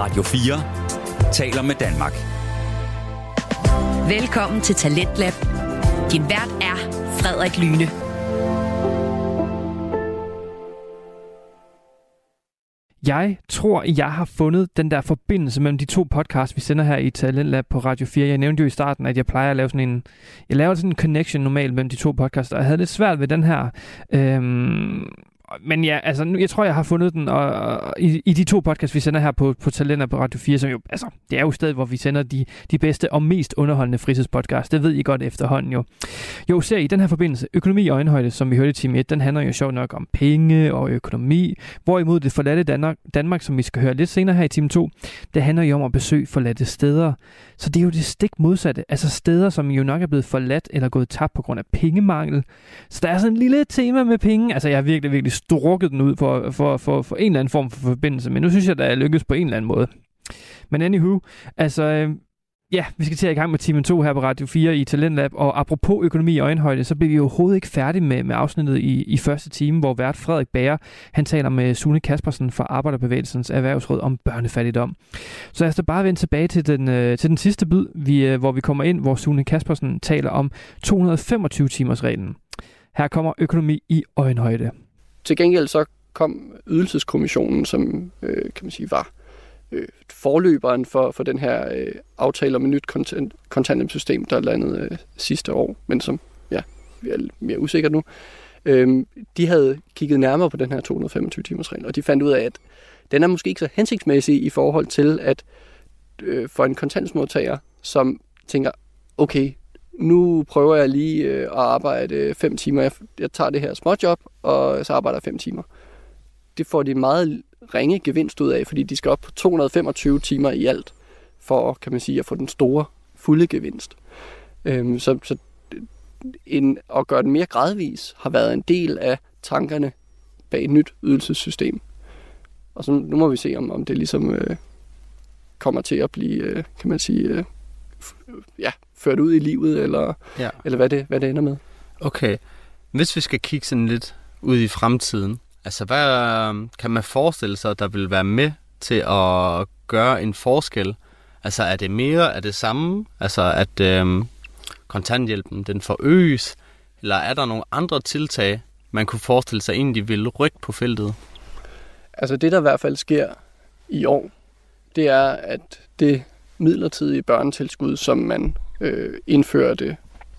Radio 4 taler med Danmark. Velkommen til Talentlab. Din vært er Frederik Lyne. Jeg tror, jeg har fundet den der forbindelse mellem de to podcasts, vi sender her i Talentlab på Radio 4. Jeg nævnte jo i starten, at jeg plejer at lave sådan en connection normalt mellem de to podcasts, og jeg havde lidt svært ved den her. Men ja, altså, jeg tror, jeg har fundet den og i de to podcasts, vi sender her på Talentlab på Radio 4, som jo, altså, det er jo stedet, hvor vi sender de bedste og mest underholdende fritidspodcasts. Det ved I godt efterhånden jo. Jo, ser I den her forbindelse, økonomi i øjenhøjde, som vi hørte i time 1, den handler jo sjovt nok om penge og økonomi, hvorimod det forladte Danmark, som vi skal høre lidt senere her i time 2, det handler jo om at besøge forladte steder. Så det er jo det stik modsatte, altså steder, som jo nok er blevet forladt eller gået tabt på grund af pengemangel. Så der er sådan en lille tema med penge. Altså, jeg har virkelig strukket den ud for en eller anden form for forbindelse, men nu synes jeg, at jeg lykkes på en eller anden måde. Men anywho, altså, ja, vi skal til at i gang med time 2 her på Radio 4 i Talentlab, og apropos økonomi i øjenhøjde, så blev vi jo overhovedet ikke færdige med afsnittet i første time, hvor vært Frederik Bager, han taler med Sune Kaspersen fra Arbejderbevægelsens Erhvervsråd om børnefattigdom. Så lad os da bare vende tilbage til den sidste bid, hvor vi kommer ind, hvor Sune Kaspersen taler om 225-timers-reglen. Her kommer økonomi i øjenhøjde. Til gengæld så kom Ydelseskommissionen, som kan man sige var forløberen for den her aftale om et nyt kontanthjælpssystem, der landede sidste år, men som ja, vi er mere usikre nu. De havde kigget nærmere på den her 225-timers-regel, og de fandt ud af, at den er måske ikke så hensigtsmæssig i forhold til, at for en kontanthjælpsmodtager, som tænker, okay, nu prøver jeg lige at arbejde 5 timer. Jeg tager det her småjob, og så arbejder jeg 5 timer. Det får de meget ringe gevinst ud af, fordi de skal op på 225 timer i alt, for kan man sige, at få den store, fulde gevinst. Så at gøre den mere gradvis har været en del af tankerne bag et nyt ydelsessystem. Og så nu må vi se, om det ligesom kommer til at blive, kan man sige, ført ud i livet, eller hvad det ender med. Okay. Hvis vi skal kigge sådan lidt ud i fremtiden, altså hvad kan man forestille sig, der vil være med til at gøre en forskel? Altså er det mere, er det samme? Altså at kontanthjælpen den forøges? Eller er der nogle andre tiltag, man kunne forestille sig egentlig vil rykke på feltet? Altså det, der i hvert fald sker i år, det er, at det midlertidige børnetilskud, som man indførte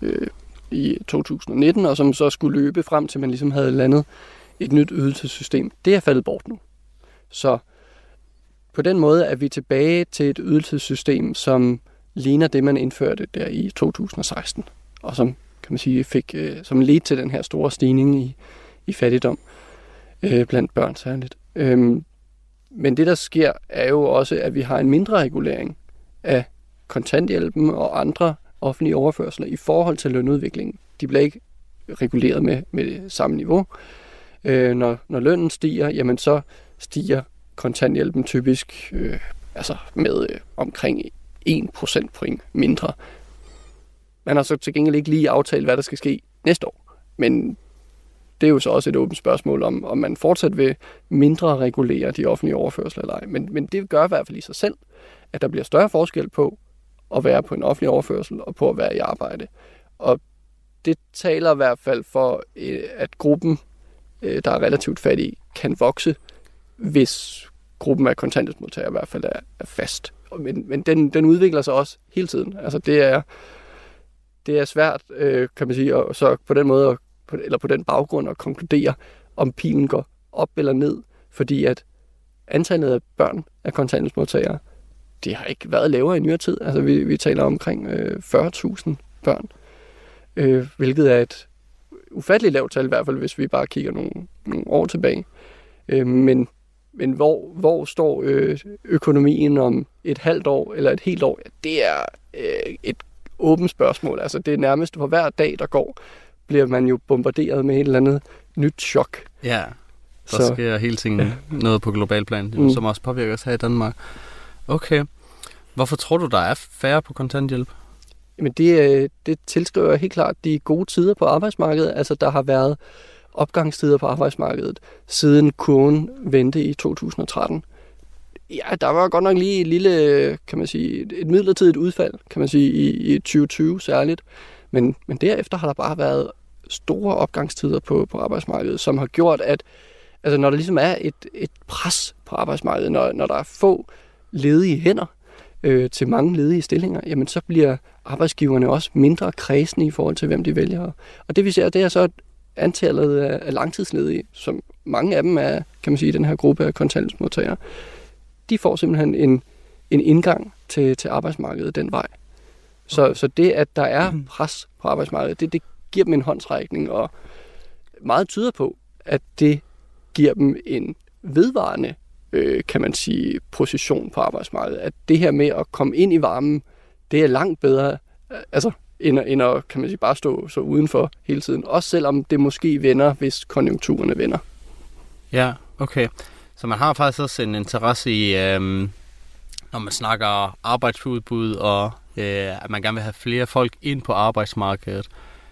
i 2019, og som så skulle løbe frem til, man ligesom havde landet et nyt ydelsessystem, det er faldet bort nu. Så på den måde er vi tilbage til et ydelsessystem, som ligner det, man indførte der i 2016, og som, kan man sige, som ledte til den her store stigning i fattigdom blandt børn særligt. Men det, der sker, er jo også, at vi har en mindre regulering af kontanthjælpen og andre offentlige overførsler i forhold til lønudviklingen. De bliver ikke reguleret med samme niveau. Når lønnen stiger, jamen så stiger kontanthjælpen typisk med omkring 1 procentpoint mindre. Man har så til gengæld ikke lige aftalt, hvad der skal ske næste år. Men det er jo så også et åbent spørgsmål om man fortsat vil mindre regulere de offentlige overførsler eller ej. Men det gør i hvert fald i sig selv, at der bliver større forskel på at være på en offentlig overførsel og på at være i arbejde. Og det taler i hvert fald for, at gruppen, der er relativt fattige, kan vokse, hvis gruppen af kontanthjælpsmodtagere i hvert fald er fast. Men den udvikler sig også hele tiden. Altså det er svært, kan man sige, og så på den måde, eller på den baggrund at konkludere, om pilen går op eller ned, fordi at antallet af børn af kontanthjælpsmodtagere, det har ikke været lavere i nyere tid. Altså vi taler omkring 40.000 børn, hvilket er et ufatteligt lavt tal, i hvert fald hvis vi bare kigger nogle år tilbage. Men hvor står økonomien om et halvt år eller et helt år? Det er et åbent spørgsmål. Altså det er nærmest for hver dag, der går, bliver man jo bombarderet med et eller andet nyt chok. Ja, der sker hele tiden noget på global plan, som også påvirker os her i Danmark. Okay. Hvorfor tror du, der er færre på kontanthjælp? Jamen det tilskriver helt klart de gode tider på arbejdsmarkedet. Altså der har været opgangstider på arbejdsmarkedet, siden kurven vendte i 2013. Ja, der var godt nok lige et lille, kan man sige, et midlertidigt udfald, kan man sige, i 2020 særligt. Men derefter har der bare været store opgangstider på arbejdsmarkedet, som har gjort, at altså, når der ligesom er et pres på arbejdsmarkedet, når der er få ledige hænder til mange ledige stillinger, jamen så bliver arbejdsgiverne også mindre kredsende i forhold til, hvem de vælger. Og det vi ser, det er så antallet af langtidsledige, som mange af dem er, kan man sige, den her gruppe af kontanthjælpsmodtagere. De får simpelthen en indgang til arbejdsmarkedet den vej. Så det, at der er pres på arbejdsmarkedet, det giver dem en håndsrækning, og meget tyder på, at det giver dem en vedvarende, kan man sige, position på arbejdsmarkedet. At det her med at komme ind i varmen, det er langt bedre, altså, end at, kan man sige, bare stå så udenfor hele tiden. Også selvom det måske vender, hvis konjunkturerne vender. Ja, okay. Så man har faktisk også en interesse i, når man snakker arbejdsudbud, og at man gerne vil have flere folk ind på arbejdsmarkedet,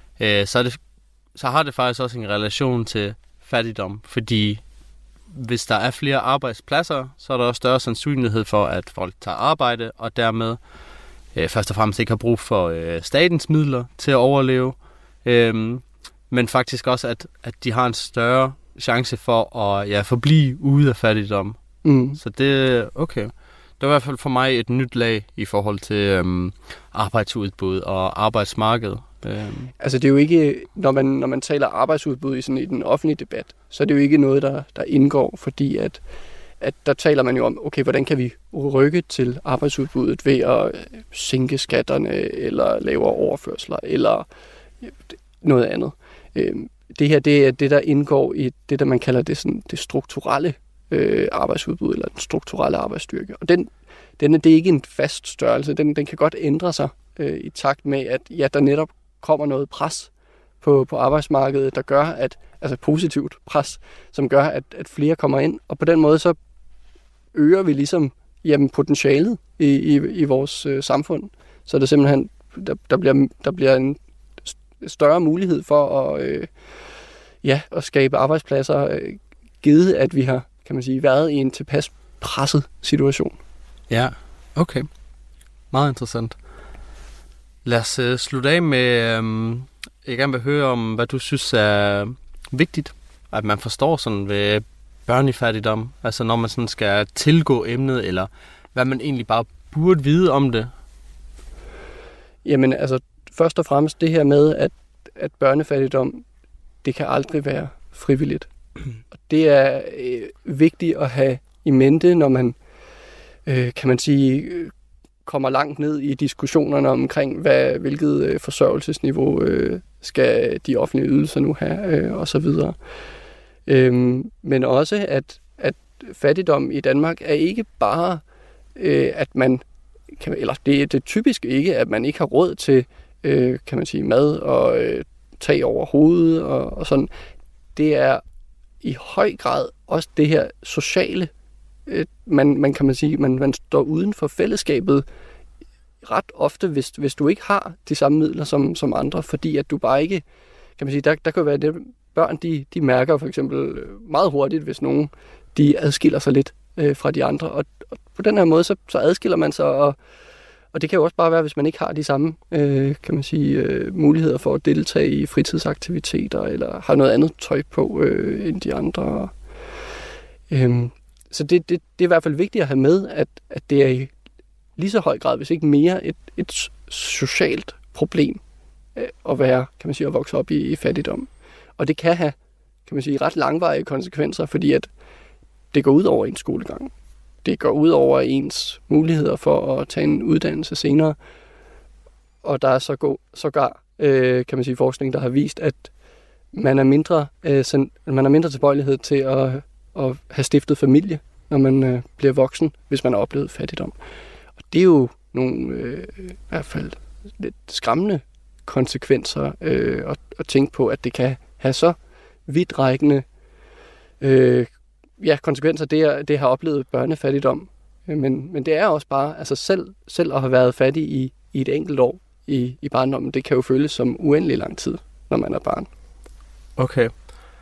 så har det faktisk også en relation til fattigdom, fordi hvis der er flere arbejdspladser, så er der også større sandsynlighed for, at folk tager arbejde, og dermed først og fremmest ikke har brug for statens midler til at overleve, men faktisk også, at de har en større chance for at forblive ude af fattigdom. Så det okay. Det var i hvert fald for mig et nyt lag i forhold til arbejdsudbud og arbejdsmarked. Altså det er jo ikke, når man taler arbejdsudbud i den offentlige debat, så er det jo ikke noget, der indgår, fordi at der taler man jo om, okay, hvordan kan vi rykke til arbejdsudbuddet ved at sænke skatterne, eller lavere overførsler, eller noget andet. Det her, det er det, der indgår i det, der man kalder det strukturelle arbejdsudbud, eller den strukturelle arbejdsstyrke. Og det er ikke en fast størrelse. Den kan godt ændre sig i takt med, at der netop kommer noget pres på arbejdsmarkedet, der gør, altså positivt pres, som gør, at flere kommer ind. Og på den måde, så øger vi ligesom potentialet i vores samfund. Så det simpelthen, der bliver en større mulighed for at skabe arbejdspladser, givet at vi har, kan man sige, været i en tilpas presset situation. Ja, okay. Meget interessant. Lad os slutte af med, jeg gerne vil høre om, hvad du synes er vigtigt, at man forstår sådan ved børnefattigdom, altså når man sådan skal tilgå emnet, eller hvad man egentlig bare burde vide om det. Jamen altså, først og fremmest det her med, at børnefattigdom, det kan aldrig være frivilligt. Og det er vigtigt at have i mente, når man, kan man sige, kommer langt ned i diskussionerne omkring, hvilket forsørgelsesniveau skal de offentlige ydelser nu have, og så videre. Men også, at fattigdom i Danmark er ikke bare, at man, eller det er typisk ikke, at man ikke har råd til, kan man sige, mad og tag over hovedet og sådan. Det er i høj grad også det her sociale, man kan man sige, man står uden for fællesskabet ret ofte, hvis du ikke har de samme midler som andre, fordi at du bare ikke, kan man sige, der kan være det, børn, de mærker for eksempel meget hurtigt, hvis nogen, de adskiller sig lidt fra de andre, og på den her måde, så adskiller man sig, og det kan jo også bare være, hvis man ikke har de samme, kan man sige, muligheder for at deltage i fritidsaktiviteter, eller har noget andet tøj på end de andre. Så det er i hvert fald vigtigt at have med, at det er i lige så høj grad, hvis ikke mere, et socialt problem at være, kan man sige, at vokse op i fattigdom. Og det kan have, kan man sige, ret langvarige konsekvenser, fordi at det går ud over ens skolegang. Det går ud over ens muligheder for at tage en uddannelse senere. Og der er sågar, kan man sige, forskning, der har vist, at man er mindre tilbøjelighed til at have stiftet familie, når man bliver voksen, hvis man har oplevet fattigdom. Og det er jo nogle i hvert fald lidt skræmmende konsekvenser at tænke på, at det kan have så vidtrækkende konsekvenser, det har oplevet børnefattigdom. Men det er også bare, altså selv at have været fattig i et enkelt år i barndommen, det kan jo føles som uendelig lang tid, når man er barn. Okay.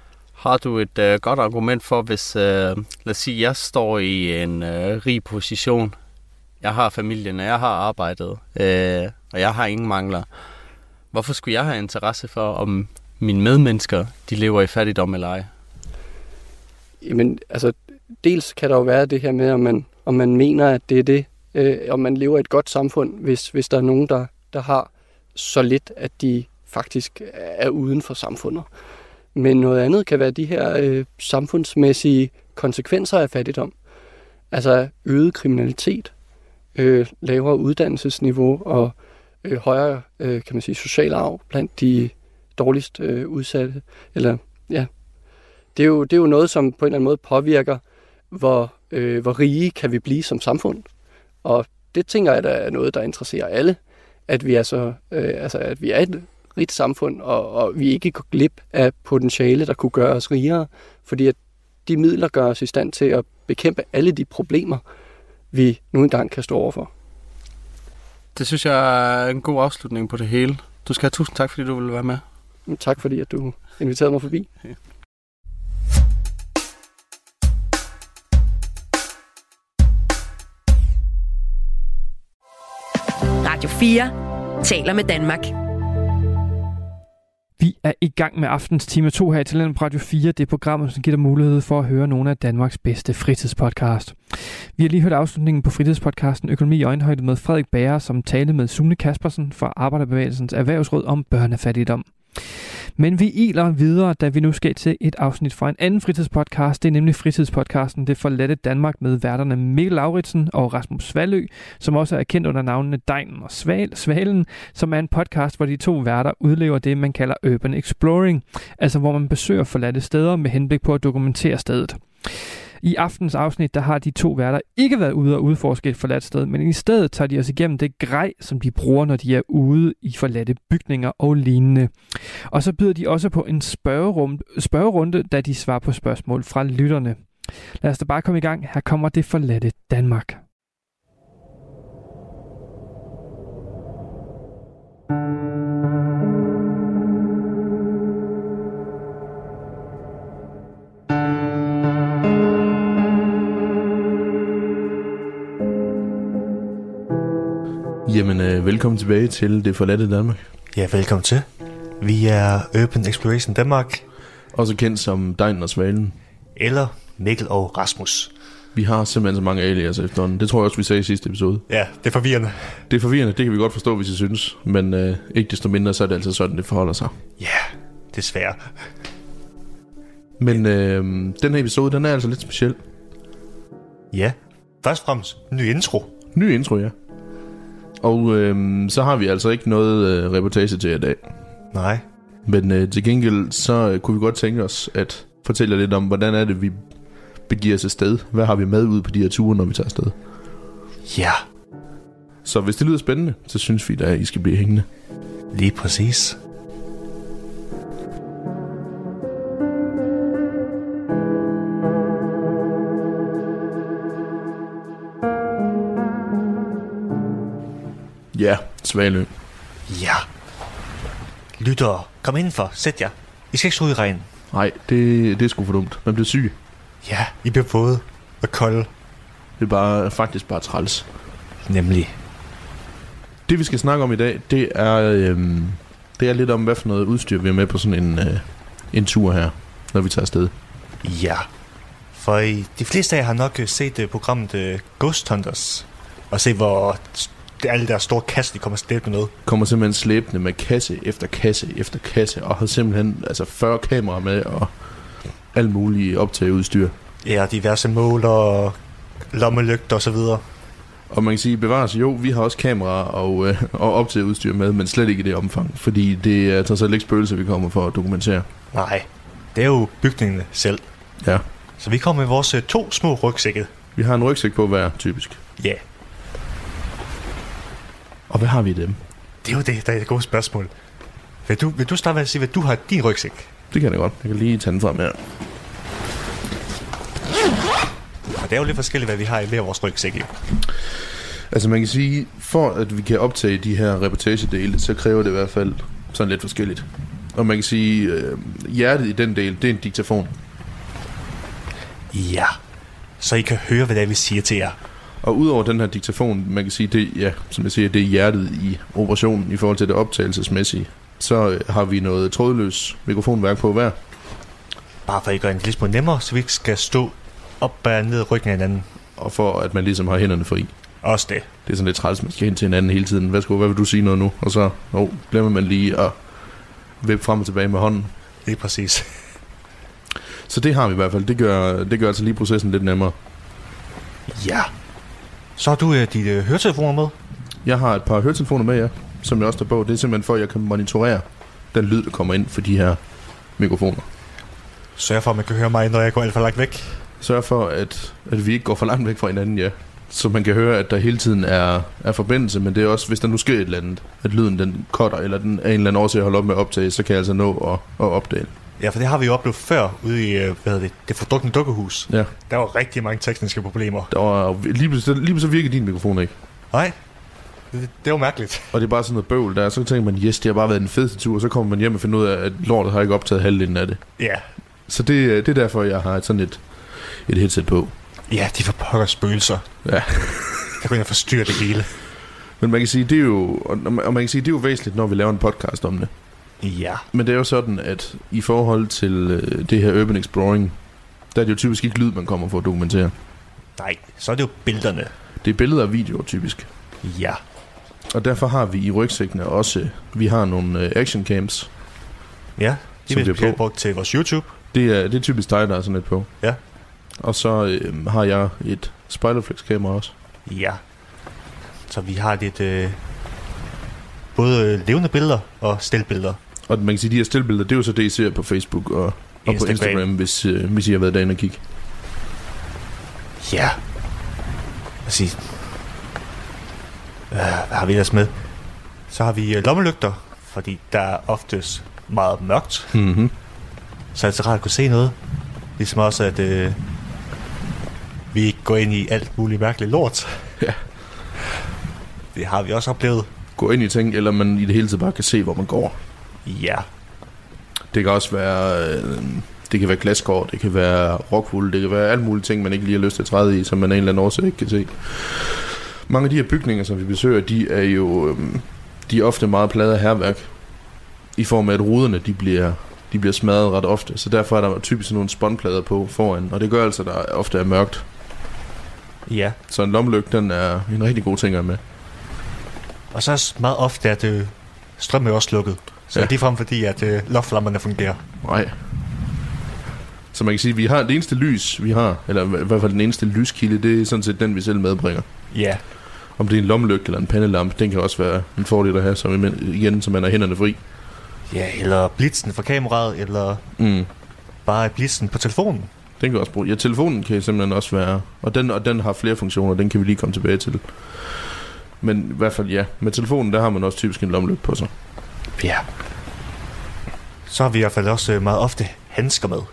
Har du et godt argument for, hvis, lad os sige, jeg står i en rig position. Jeg har familien, og jeg har arbejdet, og jeg har ingen mangler. Hvorfor skulle jeg have interesse for, om mine medmennesker, de lever i fattigdom eller ej? Jamen, altså, dels kan der jo være det her med, om man mener, at det er det, om man lever i et godt samfund, hvis der er nogen, der har så lidt, at de faktisk er uden for samfundet. Men noget andet kan være de her samfundsmæssige konsekvenser af fattigdom. Altså øget kriminalitet, lavere uddannelsesniveau og højere, kan man sige, social arv blandt de dårligst udsatte. Eller, ja. Det er jo noget, som på en eller anden måde påvirker, hvor rige kan vi blive som samfund. Og det tænker jeg, der er noget, der interesserer alle, at vi er at vi er et rigt samfund, og vi ikke går glip af potentiale, der kunne gøre os rigere, fordi at de midler gør os i stand til at bekæmpe alle de problemer, vi nu engang kan stå overfor. Det synes jeg er en god afslutning på det hele. Du skal have tusind tak, fordi du ville være med. Tak fordi, at du inviterede mig forbi. Ja. Radio 4 taler med Danmark. Vi er i gang med aftens time 2 her i Talent på Radio 4. Det er programmet, som giver dig mulighed for at høre nogle af Danmarks bedste fritidspodcast. Vi har lige hørt afslutningen på fritidspodcasten Økonomi i øjenhøjde med Frederik Bager, som talte med Sune Kaspersen fra Arbejderbevægelsens Erhvervsråd om børnefattigdom. Men vi iler videre, da vi nu skal til et afsnit fra en anden fritidspodcast. Det er nemlig fritidspodcasten Det Forladte Danmark med værterne Mikkel Lauritsen og Rasmus Svalø, som også er kendt under navnene Degnen og Svalen, som er en podcast, hvor de to værter udlever det, man kalder urban exploring, altså hvor man besøger forladte steder med henblik på at dokumentere stedet. I aftens afsnit, der har de to værter ikke været ude og udforske et forladt sted, men i stedet tager de os igennem det grej, som de bruger, når de er ude i forladte bygninger og lignende. Og så byder de også på en spørgerunde, da de svarer på spørgsmål fra lytterne. Lad os da bare komme i gang. Her kommer Det Forladte Danmark. Jamen, velkommen tilbage til Det Forladte Danmark. Ja, velkommen til. Vi er Urban Exploration Danmark. Også kendt som Degnen og Svalen. Eller Mikkel og Rasmus. Vi har simpelthen så mange alias efterhånden. Det tror jeg også, vi sagde i sidste episode. Ja, det er forvirrende. Det er forvirrende, det kan vi godt forstå, hvis I synes. Men ikke desto mindre, så er det altså sådan, det forholder sig. Ja, desværre. Men den her episode, den er altså lidt speciel. Ja, først og fremmest ny intro. Ny intro, ja. Og så har vi altså ikke noget reportage til i dag. Nej. Men til gengæld, så kunne vi godt tænke os at fortælle lidt om, hvordan er det, vi begiver os afsted. Hvad har vi med ud på de her ture, når vi tager afsted? Ja. Så hvis det lyder spændende, så synes vi da, at I skal blive hængende. Lige præcis. Ja, Svalø. Ja. Lyttere, kom indenfor. Sæt jer. I skal ikke stå ud i regnen. Nej, det er sgu for dumt. Man bliver syg. Ja, I bliver våde og kolde. Det er faktisk bare træls. Nemlig. Det vi skal snakke om i dag, det er lidt om, hvad for noget udstyr vi er med på sådan en tur her, når vi tager afsted. Ja. For de fleste af jer har nok set programmet Ghost Hunters. Og se, hvor alle der store kasser, de kommer slæbende med. Kommer simpelthen slæbende med kasse efter kasse efter kasse, og har simpelthen 40 kameraer med, og alt muligt optageudstyr. Ja, diverse måler, lommelygter og så videre. Og man kan sige, bevares jo, vi har også kameraer og optageudstyr med, men slet ikke i det omfang, fordi det er trods alt ikke spøgelser, vi kommer for at dokumentere. Nej, det er jo bygningene selv. Ja. Så vi kommer med vores 2 små rygsække. Vi har en rygsæk på hver, typisk. Ja. Og hvad har vi i dem? Det er jo det, der er et godt spørgsmål. Vil du starte med at sige, hvad du har i din rygsæk? Det kan jeg godt. Jeg kan lige tage den frem her. Og det er jo lidt forskelligt, hvad vi har i hver vores rygsæk i. Altså man kan sige, for at vi kan optage de her reportagedele, så kræver det i hvert fald sådan lidt forskelligt. Og man kan sige, hjertet i den del, det er en diktafon. Ja, så I kan høre, hvad det er, vi siger til jer. Og udover den her diktafon, man kan sige, det, ja, som jeg siger, det er hjertet i operationen i forhold til det optagelsesmæssige. Så har vi noget trådløs mikrofonværk på hver. Bare for at I gør en lille smule nemmere, så vi ikke skal stå op og ned ryggen af hinanden. Og for at man ligesom har hænderne fri. Også det. Det er sådan lidt træls, man skal hen til hinanden hele tiden. Hvad vil du sige noget nu? Og så glemmer man lige at vippe frem og tilbage med hånden. Det er præcis. Så det har vi i hvert fald. Det gør altså lige processen lidt nemmere. Ja. Så har du de høretelefoner med? Jeg har et par høretelefoner med, ja, som jeg også tager på. Det er simpelthen for, at jeg kan monitorere den lyd, der kommer ind for de her mikrofoner. Sørg for, at man kan høre mig, når jeg går alt for langt væk. Sørg for, at vi ikke går for langt væk fra hinanden, ja. Så man kan høre, at der hele tiden er forbindelse, men det er også, hvis der nu sker et eller andet, at lyden den cutter, eller den er en eller anden årsag at holde op med at optage, så kan jeg altså nå at opdage. Ja, for det har vi jo oplevet før ude i det fordrukne dukkehus. Ja. Der var rigtig mange tekniske problemer. Der var lige så virkede din mikrofon ikke. Nej, det var mærkeligt. Og det er bare sådan noget bøvl der, så tænker man, yes, det har bare været den fedeste tur, og så kommer man hjem og finder ud af, at lortet har ikke optaget halvdelen af det. Ja. Så det er derfor, jeg har sådan et headset på. Ja, de får pokker spøgelser. Ja. Der kunne jeg forstyrre det hele. Men man kan sige, det er jo, og man kan sige, det er jo væsentligt, når vi laver en podcast om det. Ja. Men det er jo sådan, at i forhold til det her urban exploring, der er det jo typisk ikke lyd, man kommer for at dokumentere. Nej, så er det jo billederne. Det er billeder og videoer typisk. Ja. Og derfor har vi i rygsækkene også, vi har nogle action cams. Ja, de bliver brugt til vores YouTube. Det er typisk dig, der er sådan lidt på. Ja. Og så har jeg et spejlerflex-kamera også. Ja. Så vi har lidt både levende billeder og stillbilleder. Og man kan sige, at de her stillbilleder, det er jo så det, I ser på Facebook og på Instagram, hvis I har været derinde og kigge. Ja. Hvad har vi ellers med? Så har vi lommelygter, fordi der er oftest meget mørkt. Mm-hmm. Så er det så rart at kunne se noget. Ligesom også, at vi ikke går ind i alt muligt mærkeligt lort. Ja. Det har vi også oplevet. Gå ind i ting, eller man i det hele taget bare kan se, hvor man går. Ja. Det kan også være, det kan være glasskår, det kan være rockwool, det kan være alle mulige ting, man ikke lige har lyst til at træde i, som man af en eller anden årsag ikke kan se. Mange af de her bygninger, som vi besøger, de er ofte meget plaget af hærværk, i form af, at ruderne de bliver smadret ret ofte, så derfor er der typisk nogle spånplader på foran, og det gør altså, at der ofte er mørkt. Ja. Så en lommelygte, den er en rigtig god ting at have med. Og så er meget ofte, at strømmen er også slukket, så det er frem fordi, at loftlamperne fungerer. Nej. Så man kan sige, at vi har det eneste lys, vi har, eller i hvert fald den eneste lyskilde, det er sådan set den, vi selv medbringer. Ja. Om det er en lommelygte eller en pandelampe, den kan også være en fordel at have, så man har hænderne fri. Ja, eller blitzen fra kameraet, eller bare blitzen på telefonen. Den kan også bruge. Ja, telefonen kan simpelthen også være, og den har flere funktioner, den kan vi lige komme tilbage til. Men i hvert fald ja, med telefonen, der har man også typisk en lommelygte på sig. Ja. Så har vi i hvert fald også meget ofte handsker med.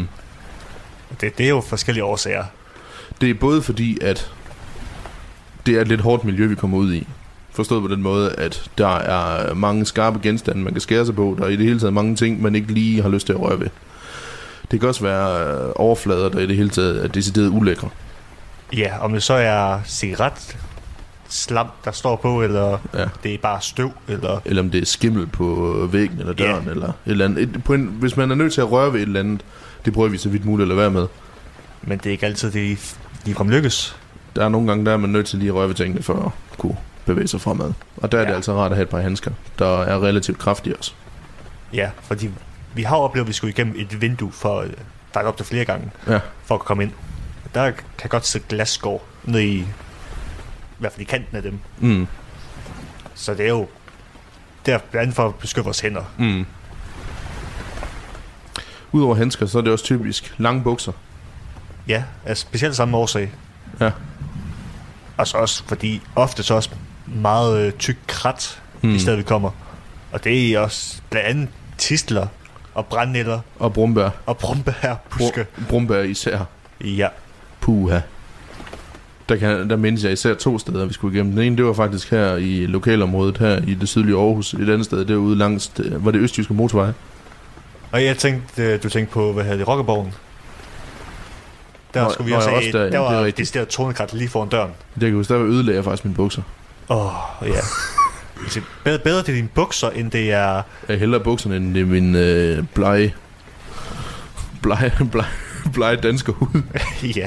Det er jo forskellige årsager. Det er både fordi, at det er et lidt hårdt miljø, vi kommer ud i. Forstået på den måde, at der er mange skarpe genstande, man kan skære sig på. Der er i det hele taget mange ting, man ikke lige har lyst til at røre ved. Det kan også være overflader, der i det hele taget er decideret ulækre. Ja, om det så er cigaret slam, der står på, eller det er bare støv, eller om det er skimmel på væggen eller døren, eller et eller andet. Hvis man er nødt til at røre ved et eller andet, det prøver vi så vidt muligt at lade være med. Men det er ikke altid, det ligefrem lykkes. Der er nogle gange, der er man nødt til lige at røre ved tingene, for at kunne bevæge sig fremad. Og der er det altså rart at have et par handsker, der er relativt kraftige også. Ja, fordi vi har oplevet, at vi skulle igennem et vindue for der op til flere gange, for at komme ind. Der kan godt se glasskår ned i hvert fald i kanten af dem. Så det er jo der blandt andet for at beskytte vores hænder. Udover handsker, så er det også typisk lange bukser. Ja, altså specielt samme årsag. Ja. Og så også fordi ofte så også meget tyk krat i stedet vi kommer. Og det er også blandt andet tistler og brændenælder og brumbær. Og brumbærbuske. Brumbær især. Ja. Puha. Der mindes jeg især 2 steder, vi skulle igennem. Den ene, det var faktisk her i lokalområdet, her i det sydlige Aarhus. Et andet sted, derude langs, var det Østjyske Motorvej. Og jeg tænkte, du tænkte på, hvad hedder det, Rockerborgen. Der skulle vi også have, der var det der tonekrat lige foran døren. Det kan huske, der var ødelagde faktisk mine bukser. Ja. Bedre til dine bukser, end det er... Jeg hellere bukserne, end det er min blege danske hud. Ja.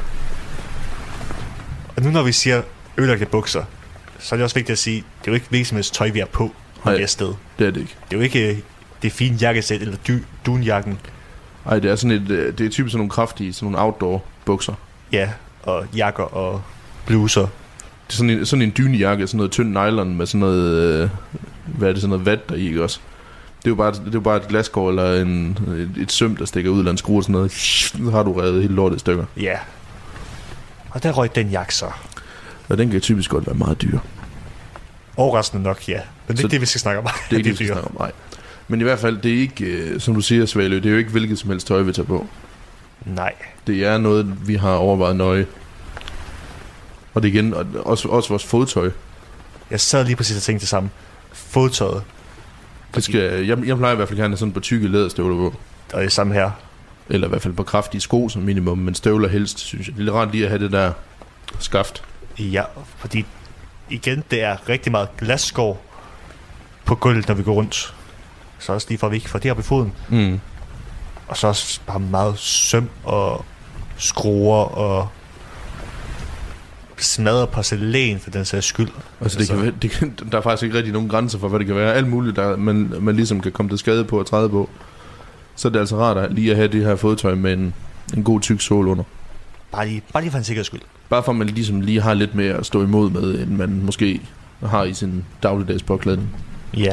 Og nu når vi siger ødelagte bukser, så er det også vigtigt at sige, det er jo ikke hvilket som helst tøj, vi er på det sted. Det er det ikke. Det er jo ikke det fine jakkesæt eller dunjakken. Nej, det er sådan det er typisk sådan nogle kraftige, sådan nogle outdoor bukser. Ja, og jakker og bluser. Det er sådan en dynejakke, sådan noget tynd nylon med sådan noget, hvad er det, sådan noget vat der i, ikke også? Det er jo bare et glaskår eller et søm, der stikker ud, eller en skrue og sådan noget. Så har du revet helt lortet i stykker. Ja. Og der røg den jakke så. Og den kan typisk godt være meget dyr. Overraskende nok, ja. Men det er det, vi skal snakke om. Det er ikke det, vi skal snakke om, nej. Men i hvert fald, det er ikke, som du siger, Svalø, det er jo ikke hvilket som helst tøj, vi tager på. Nej. Det er noget, vi har overvejet nøje. Og det igen, også vores fodtøj. Jeg sad lige præcis og tænkte det samme. Fodtøjet. Jeg plejer i hvert fald gerne sådan på tykke læderstøvler på. Og det samme her. Eller i hvert fald på kraftige sko som minimum, men støvler helst, synes jeg. Det er rart lige at have det der skaft. Ja, fordi igen, det er rigtig meget glasskår på gulvet, når vi går rundt. Så også lige for, at vi ikke får det op i foden. Mm. Og så også bare meget søm og skruer og smadret porcelæn for den sags skyld. Altså, der er faktisk ikke rigtig nogen grænser for, hvad det kan være. Alt muligt, der man ligesom kan komme til skade på og træde på. Så er det altså rart at lige at have det her fodtøj med en god tyk sol under. Bare lige for en sikkerheds skyld. Bare for at man ligesom lige har lidt mere at stå imod med, end man måske har i sin dagligdags påklædning. Ja.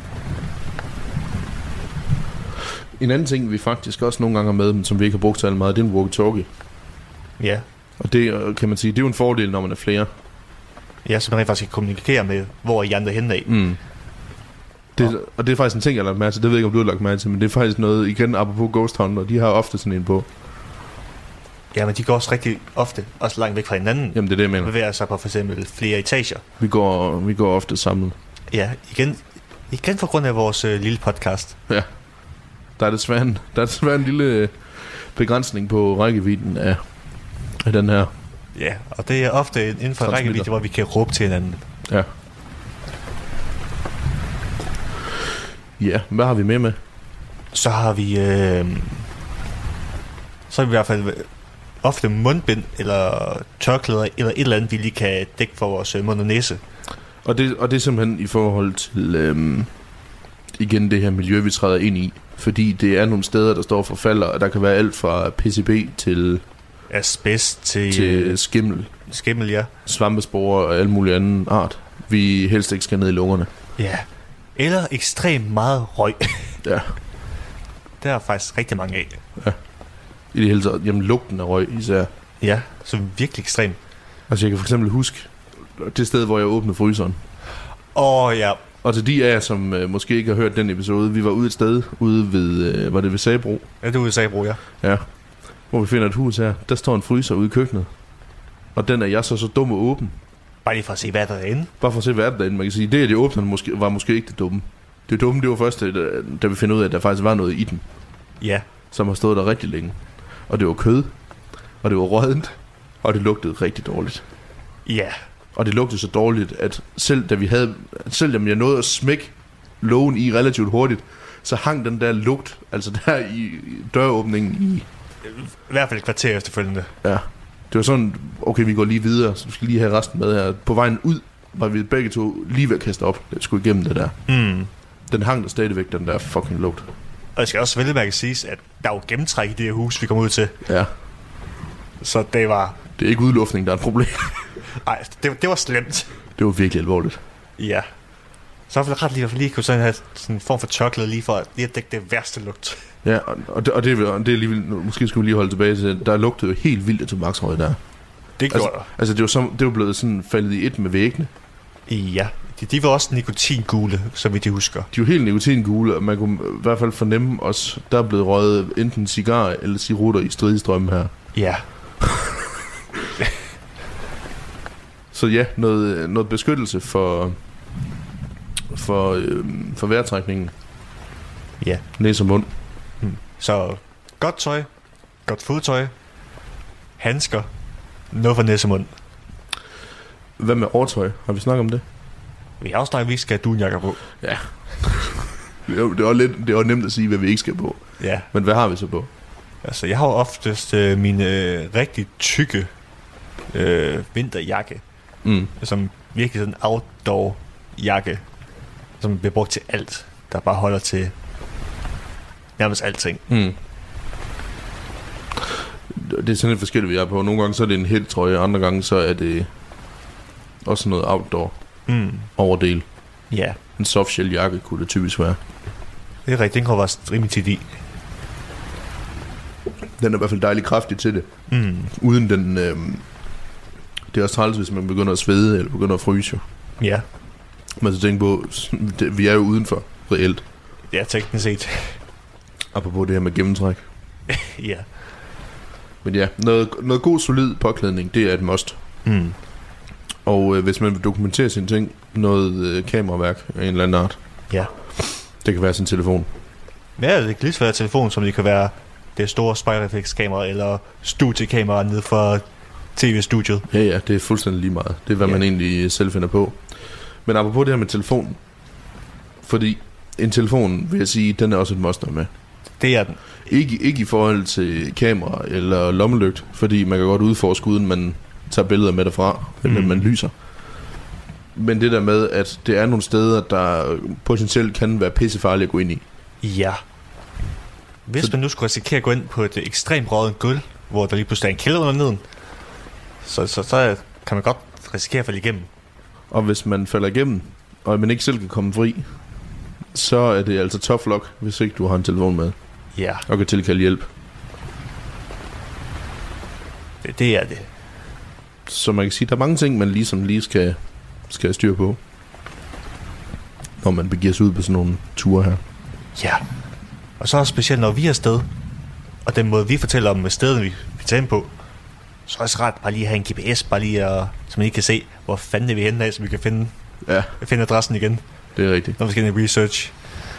En anden ting, vi faktisk også nogle gange har med, men som vi ikke har brugt så meget, det er en walkie-talkie. Ja. Og det kan man sige, det er jo en fordel, når man er flere. Ja, så man rent faktisk kan kommunikere med, hvor I andre henne af. Mm. Og det er faktisk en ting, jeg har lagt mærke til. Det ved jeg ikke, om du har lagt mærke til, men det er faktisk noget, igen, apropos Ghost Hunter, de har ofte sådan en på. Ja, men de går også rigtig ofte, også langt væk fra hinanden. Jamen, det er det, jeg mener. Bevæger sig på for eksempel flere etager. Vi går ofte samlet. Ja, igen for grund af vores lille podcast. Ja. Der er desværre en lille begrænsning på rækkevidden af den her. Ja, og det er ofte inden for rækkevidde, hvor vi kan råbe til hinanden. Ja. Ja, hvad har vi med? Så har vi i hvert fald ofte mundbind eller tørklæder eller et eller andet, vi lige kan dække for vores mund og næse. Og det er simpelthen i forhold til igen det her miljø, vi træder ind i. Fordi det er nogle steder, der står for falder, og der kan være alt fra PCB til asbest til skimmel. Skimmel, ja. Svampespore og alt muligt anden art. Vi helst ikke skal ned i lungerne. Ja. Eller ekstremt meget røg. Ja. Der er faktisk rigtig mange af. Ja. I det hele taget, jamen lugten af røg især. Ja, så virkelig ekstremt. Altså jeg kan for eksempel huske det sted, hvor jeg åbnede fryseren. Ja. Og til de af jer, som måske ikke har hørt den episode, vi var ude et sted, ude ved, var det ved Sabro? Ja, det var ved Sabro, ja. Ja, hvor vi finder et hus her. Der står en fryser ude i køkkenet. Og den er jeg så dum at åbne. Bare lige for at se, hvad der er derinde. Bare for at se, hvad der er derinde. Man kan sige, det at de åbner var måske ikke det dumme. Det dumme, det var først, da vi finder ud af, at der faktisk var noget i den. Ja. Som har stået der rigtig længe. Og det var kød. Og det var råddent. Og det lugtede rigtig dårligt. Ja. Og det lugtede så dårligt, at selvom jeg nåede at smække lågen i relativt hurtigt, så hang den der lugt, altså der i døråbningen i hvert fald et kvarter efterfølgende. Ja, det var sådan, okay, vi går lige videre, så vi skal lige have resten med her. På vejen ud var vi begge to lige ved at kaste op. Det skulle igennem det der. Mm. Den hang der stadigvæk, den der fucking lugt. Og jeg skal også velmærke siges, at der var gennemtræk i det her hus, vi kom ud til. Ja. Så det var... Det er ikke udluftning, der er et problem. Nej, det var slemt. Det var virkelig alvorligt. Ja. Så var det ret lige kunne sådan have sådan en form for tørklæde lige for at dække det værste lugt. Ja, og det er alligevel, måske skulle vi lige holde tilbage til, der lugtede jo helt vildt af tobaksrøg der. Det gjorde der. Altså det var blevet sådan faldet i et med væggene. Ja, de var også nikotingule, så vidt jeg husker. De var helt nikotingule, og man kunne i hvert fald fornemme os, der er blevet røget enten cigar eller cirutter i stridestrømmen her. Ja. Så ja, noget beskyttelse for vejrtrækningen. Ja. Næse og mund. Så godt tøj, godt fodtøj, handsker, noget for næsemund. Hvad med overtøj? Har vi snakket om det? Vi har også snakket, at vi ikke skal have dunjakker på. Ja. Det er nemt at sige, hvad vi ikke skal på. Ja. Men hvad har vi så på? Altså, jeg har oftest min rigtig tykke vinterjakke. Som virkelig sådan en outdoor jakke. Som bliver brugt til alt. Der bare holder til nærmest alting. Det er sådan lidt forskelligt, vi er på. Nogle gange så er det en hættrøje, andre gange så er det også noget outdoor overdel. Ja. En softshell jakke kunne det typisk være. Det er rigtigt, den kunne være rimelig tit i. Den er i hvert fald dejligt kraftig til det. Uden den... det er også træls, hvis man begynder at svede eller begynder at fryse. Jo. Ja. Man så tænker på, vi er jo udenfor reelt. Ja, teknisk set. Apropos det her med gennemtræk. Ja. Men ja, noget god solid påklædning, det er et must. Og hvis man vil dokumentere sine ting, noget kameraværk af en eller anden art. Ja. Det kan være sin telefon. Ja, det kan lige så være telefon, som det kan være det store spejlreflekskamera eller studiekamera nede for tv-studiet. Ja, det er fuldstændig lige meget. Det er, hvad man egentlig selv finder på. Men apropos det her med telefon, fordi en telefon, vil jeg sige, den er også et must med. Det er den. Ikke i forhold til kamera eller lommelygt, fordi man kan godt udforske, uden man tager billeder med derfra, eller man lyser. Men det der med, at det er nogle steder, der potentielt kan være pissefarlige at gå ind i. Ja. Hvis man nu skulle risikere at gå ind på et ekstremt rådent gulv, hvor der lige pludselig er en kælder under neden, så kan man godt risikere at falde igennem. Og hvis man falder igennem, og man ikke selv kan komme fri, så er det altså tough luck, hvis ikke du har en telefon med. Ja. Og kan tilkalde hjælp. Det er det. Så man kan sige, der er mange ting, man lige skal have styr på, når man begiver sig ud på sådan nogle ture her. Ja. Og så specielt når vi er afsted, og den måde vi fortæller om stedet vi tager ind på, så er det så rart bare lige at have en GPS, bare lige så man ikke kan se, hvor fanden er vi henne af, så vi kan finde adressen igen. Det er rigtigt. Når vi skal ind i research.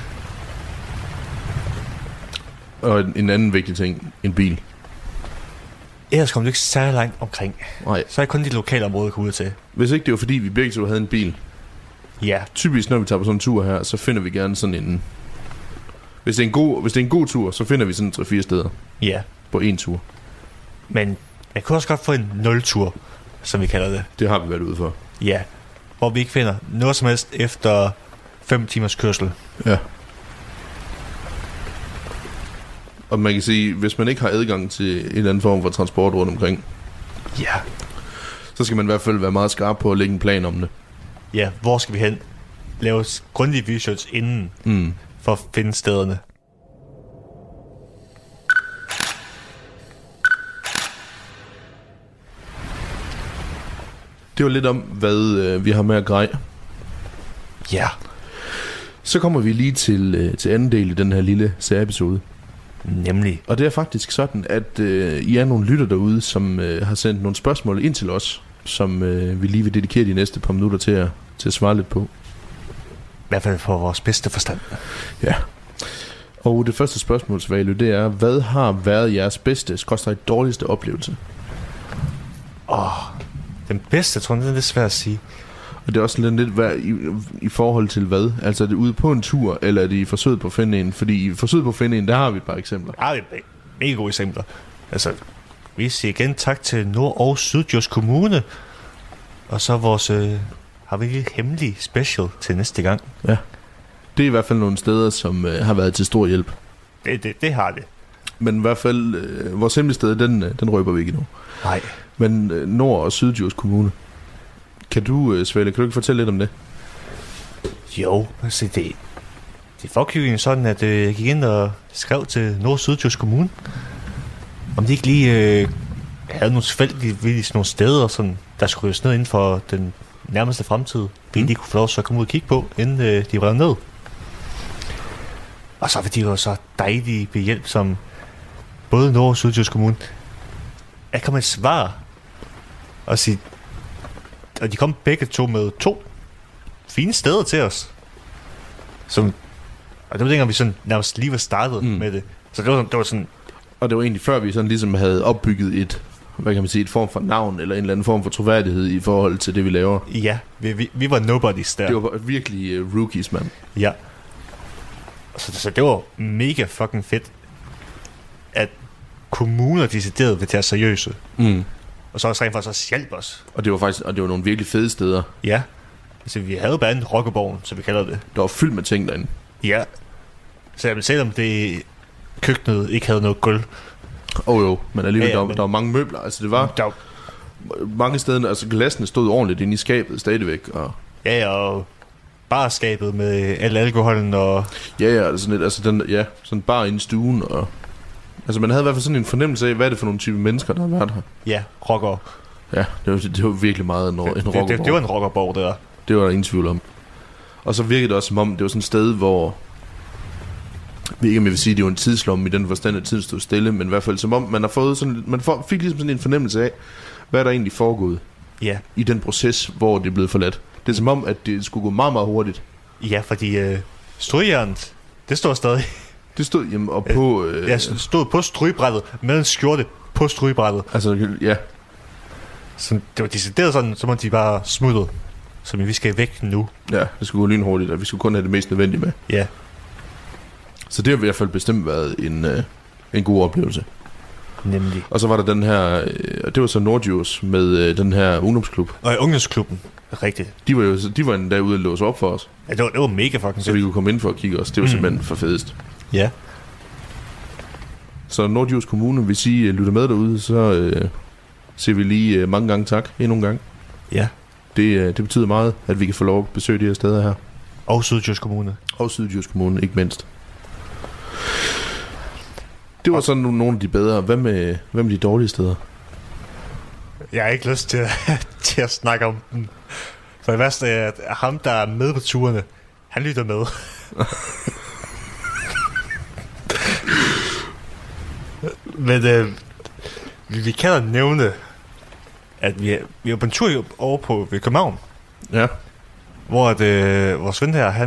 Og en anden vigtig ting, en bil. Ellers kommer du ikke særlig langt omkring. Nej. Så er det kun de lokale områder, der ud til. Hvis ikke det var fordi, vi begge to havde en bil. Ja. Typisk når vi tager på sådan en tur her, så finder vi gerne sådan en... Hvis det er en god tur, så finder vi sådan 3-4 steder. Ja. På en tur. Men jeg kunne også godt få en 0-tur, som vi kalder det. Det har vi været ude for. Ja. Hvor vi ikke finder noget som helst efter 5 timers kørsel. Ja. Og man kan sige, hvis man ikke har adgang til en eller anden form for transport rundt omkring, ja, så skal man i hvert fald være meget skarp på at lægge en plan om det. Ja, hvor skal vi hen? Lave grundige research inden, for at finde stederne. Det var lidt om, hvad vi har med at greje. Ja. Så kommer vi lige til anden del i den her lille særepisode. Nemlig. Og det er faktisk sådan, at I er nogle lytter derude, som har sendt nogle spørgsmål ind til os, som vi lige vil dedikere de næste par minutter til at svare lidt på. I hvert fald for vores bedste forstand. Ja. Og det første spørgsmål, Svalø, det er, hvad har været jeres bedste, dårligste oplevelse? Den bedste, tror jeg, det er lidt svært at sige. Og det er også lidt i forhold til hvad? Altså er det ude på en tur, eller er det i forsøget på at finde en? Fordi i forsøget på at finde en, der har vi et par eksempler. Ja, det er mega gode eksempler. Altså, vi siger igen tak til Nord- og Syddjurs Kommune. Og så vores, har vi lige hemmelig special til næste gang. Ja. Det er i hvert fald nogle steder, som har været til stor hjælp. Det har det. Men i hvert fald, vores hemmelige sted, den røber vi ikke endnu. Nej. Men Nord- og Syddjurs Kommune. Kan du, Svale, kan du ikke fortælle lidt om det? Jo, altså det forkøbningen sådan, at jeg gik ind og skrev til Nord- og Syddjurs Kommune, om de ikke lige havde nogle tilfældige nogle steder, sådan, der skulle ryges ned inden for den nærmeste fremtid, de kunne få lov til at komme ud og kigge på, inden de var ned. Og så var de jo så dejlige behjælp, som både Nord- og Syddjurs Kommune. Jeg kom et svar og sige, og de kom begge to med 2 fine steder til os. Og det var dengang, vi sådan nærmest lige var startet med det. Så det var sådan... Og det var egentlig før vi sådan ligesom havde opbygget et, hvad kan man sige, et form for navn, eller en eller anden form for troværdighed i forhold til det, vi laver. Ja, vi var nobodies der. Det var virkelig rookies, mand. Ja. Så det var mega fucking fedt, at kommuner decideret vil tage seriøse. Og så også rent faktisk også hjælpe os. Og det var nogle virkelig fede steder. Ja. Altså, vi havde blandt andet Rokkeborgen, som vi kalder det. Der var fyldt med ting derinde. Ja. Så jeg vil selvom det køkkenet ikke havde noget gulv. Jo, men alligevel, der var mange møbler. Altså, det var... Der mange steder, altså glassene stod ordentligt inde i skabet stadigvæk. Og og barskabet med al alkoholen og... Ja, sådan lidt, altså sådan bar inde i stuen og... Altså, man havde i hvert fald sådan en fornemmelse af, hvad er det for nogle type mennesker, der har været her. Ja, rocker. Ja, det var virkelig meget en rockerborg. Det var en rockerborg, der. Det var der ingen tvivl om. Og så virkede det også som om, det var sådan et sted, hvor... Jeg ved ikke, om jeg vil sige, det var en tidslomme i den forstand, at tiden stod stille, men i hvert fald som om, man fik ligesom sådan en fornemmelse af, hvad der egentlig foregået i den proces, hvor det er blevet forladt. Det er som om, at det skulle gå meget, meget hurtigt. Ja, fordi strygejernet, det står stadig. Det stod hjemme og på... stod på strygebrættet med en skjorte på strygebrættet. Altså, ja. Så det var decideret sådan, så måtte de bare smutte. Så vi skal væk nu. Ja, det skulle gå lynhurtigt, og vi skulle kun have det mest nødvendige med. Ja. Så det har i hvert fald bestemt været en god oplevelse. Nemlig. Og så var der den her, det var så Nordjurs med den her ungdomsklub. Og i ungdomsklubben, rigtigt. De var en dag ude at låse op for os. Ja, det var mega fucking så vi kunne komme ind for at kigge os. Det var simpelthen for fedest. Ja. Så Nordjurs Kommune, hvis I lytter med derude, så siger vi lige mange gange tak endnu en gang. Ja. Det betyder meget, at vi kan få lov at besøge de her steder her. Og Syddjurs Kommune. Og Syddjurs Kommune, ikke mindst. Det var sådan nogle af de bedre. Hvad med de dårlige steder? Jeg har ikke lyst til at snakke om dem. For det værste er, at ham, der er med på turene, han lytter med. Men vi kan da nævne, at vi er på en tur over ved København. Ja. Hvor vores ven her,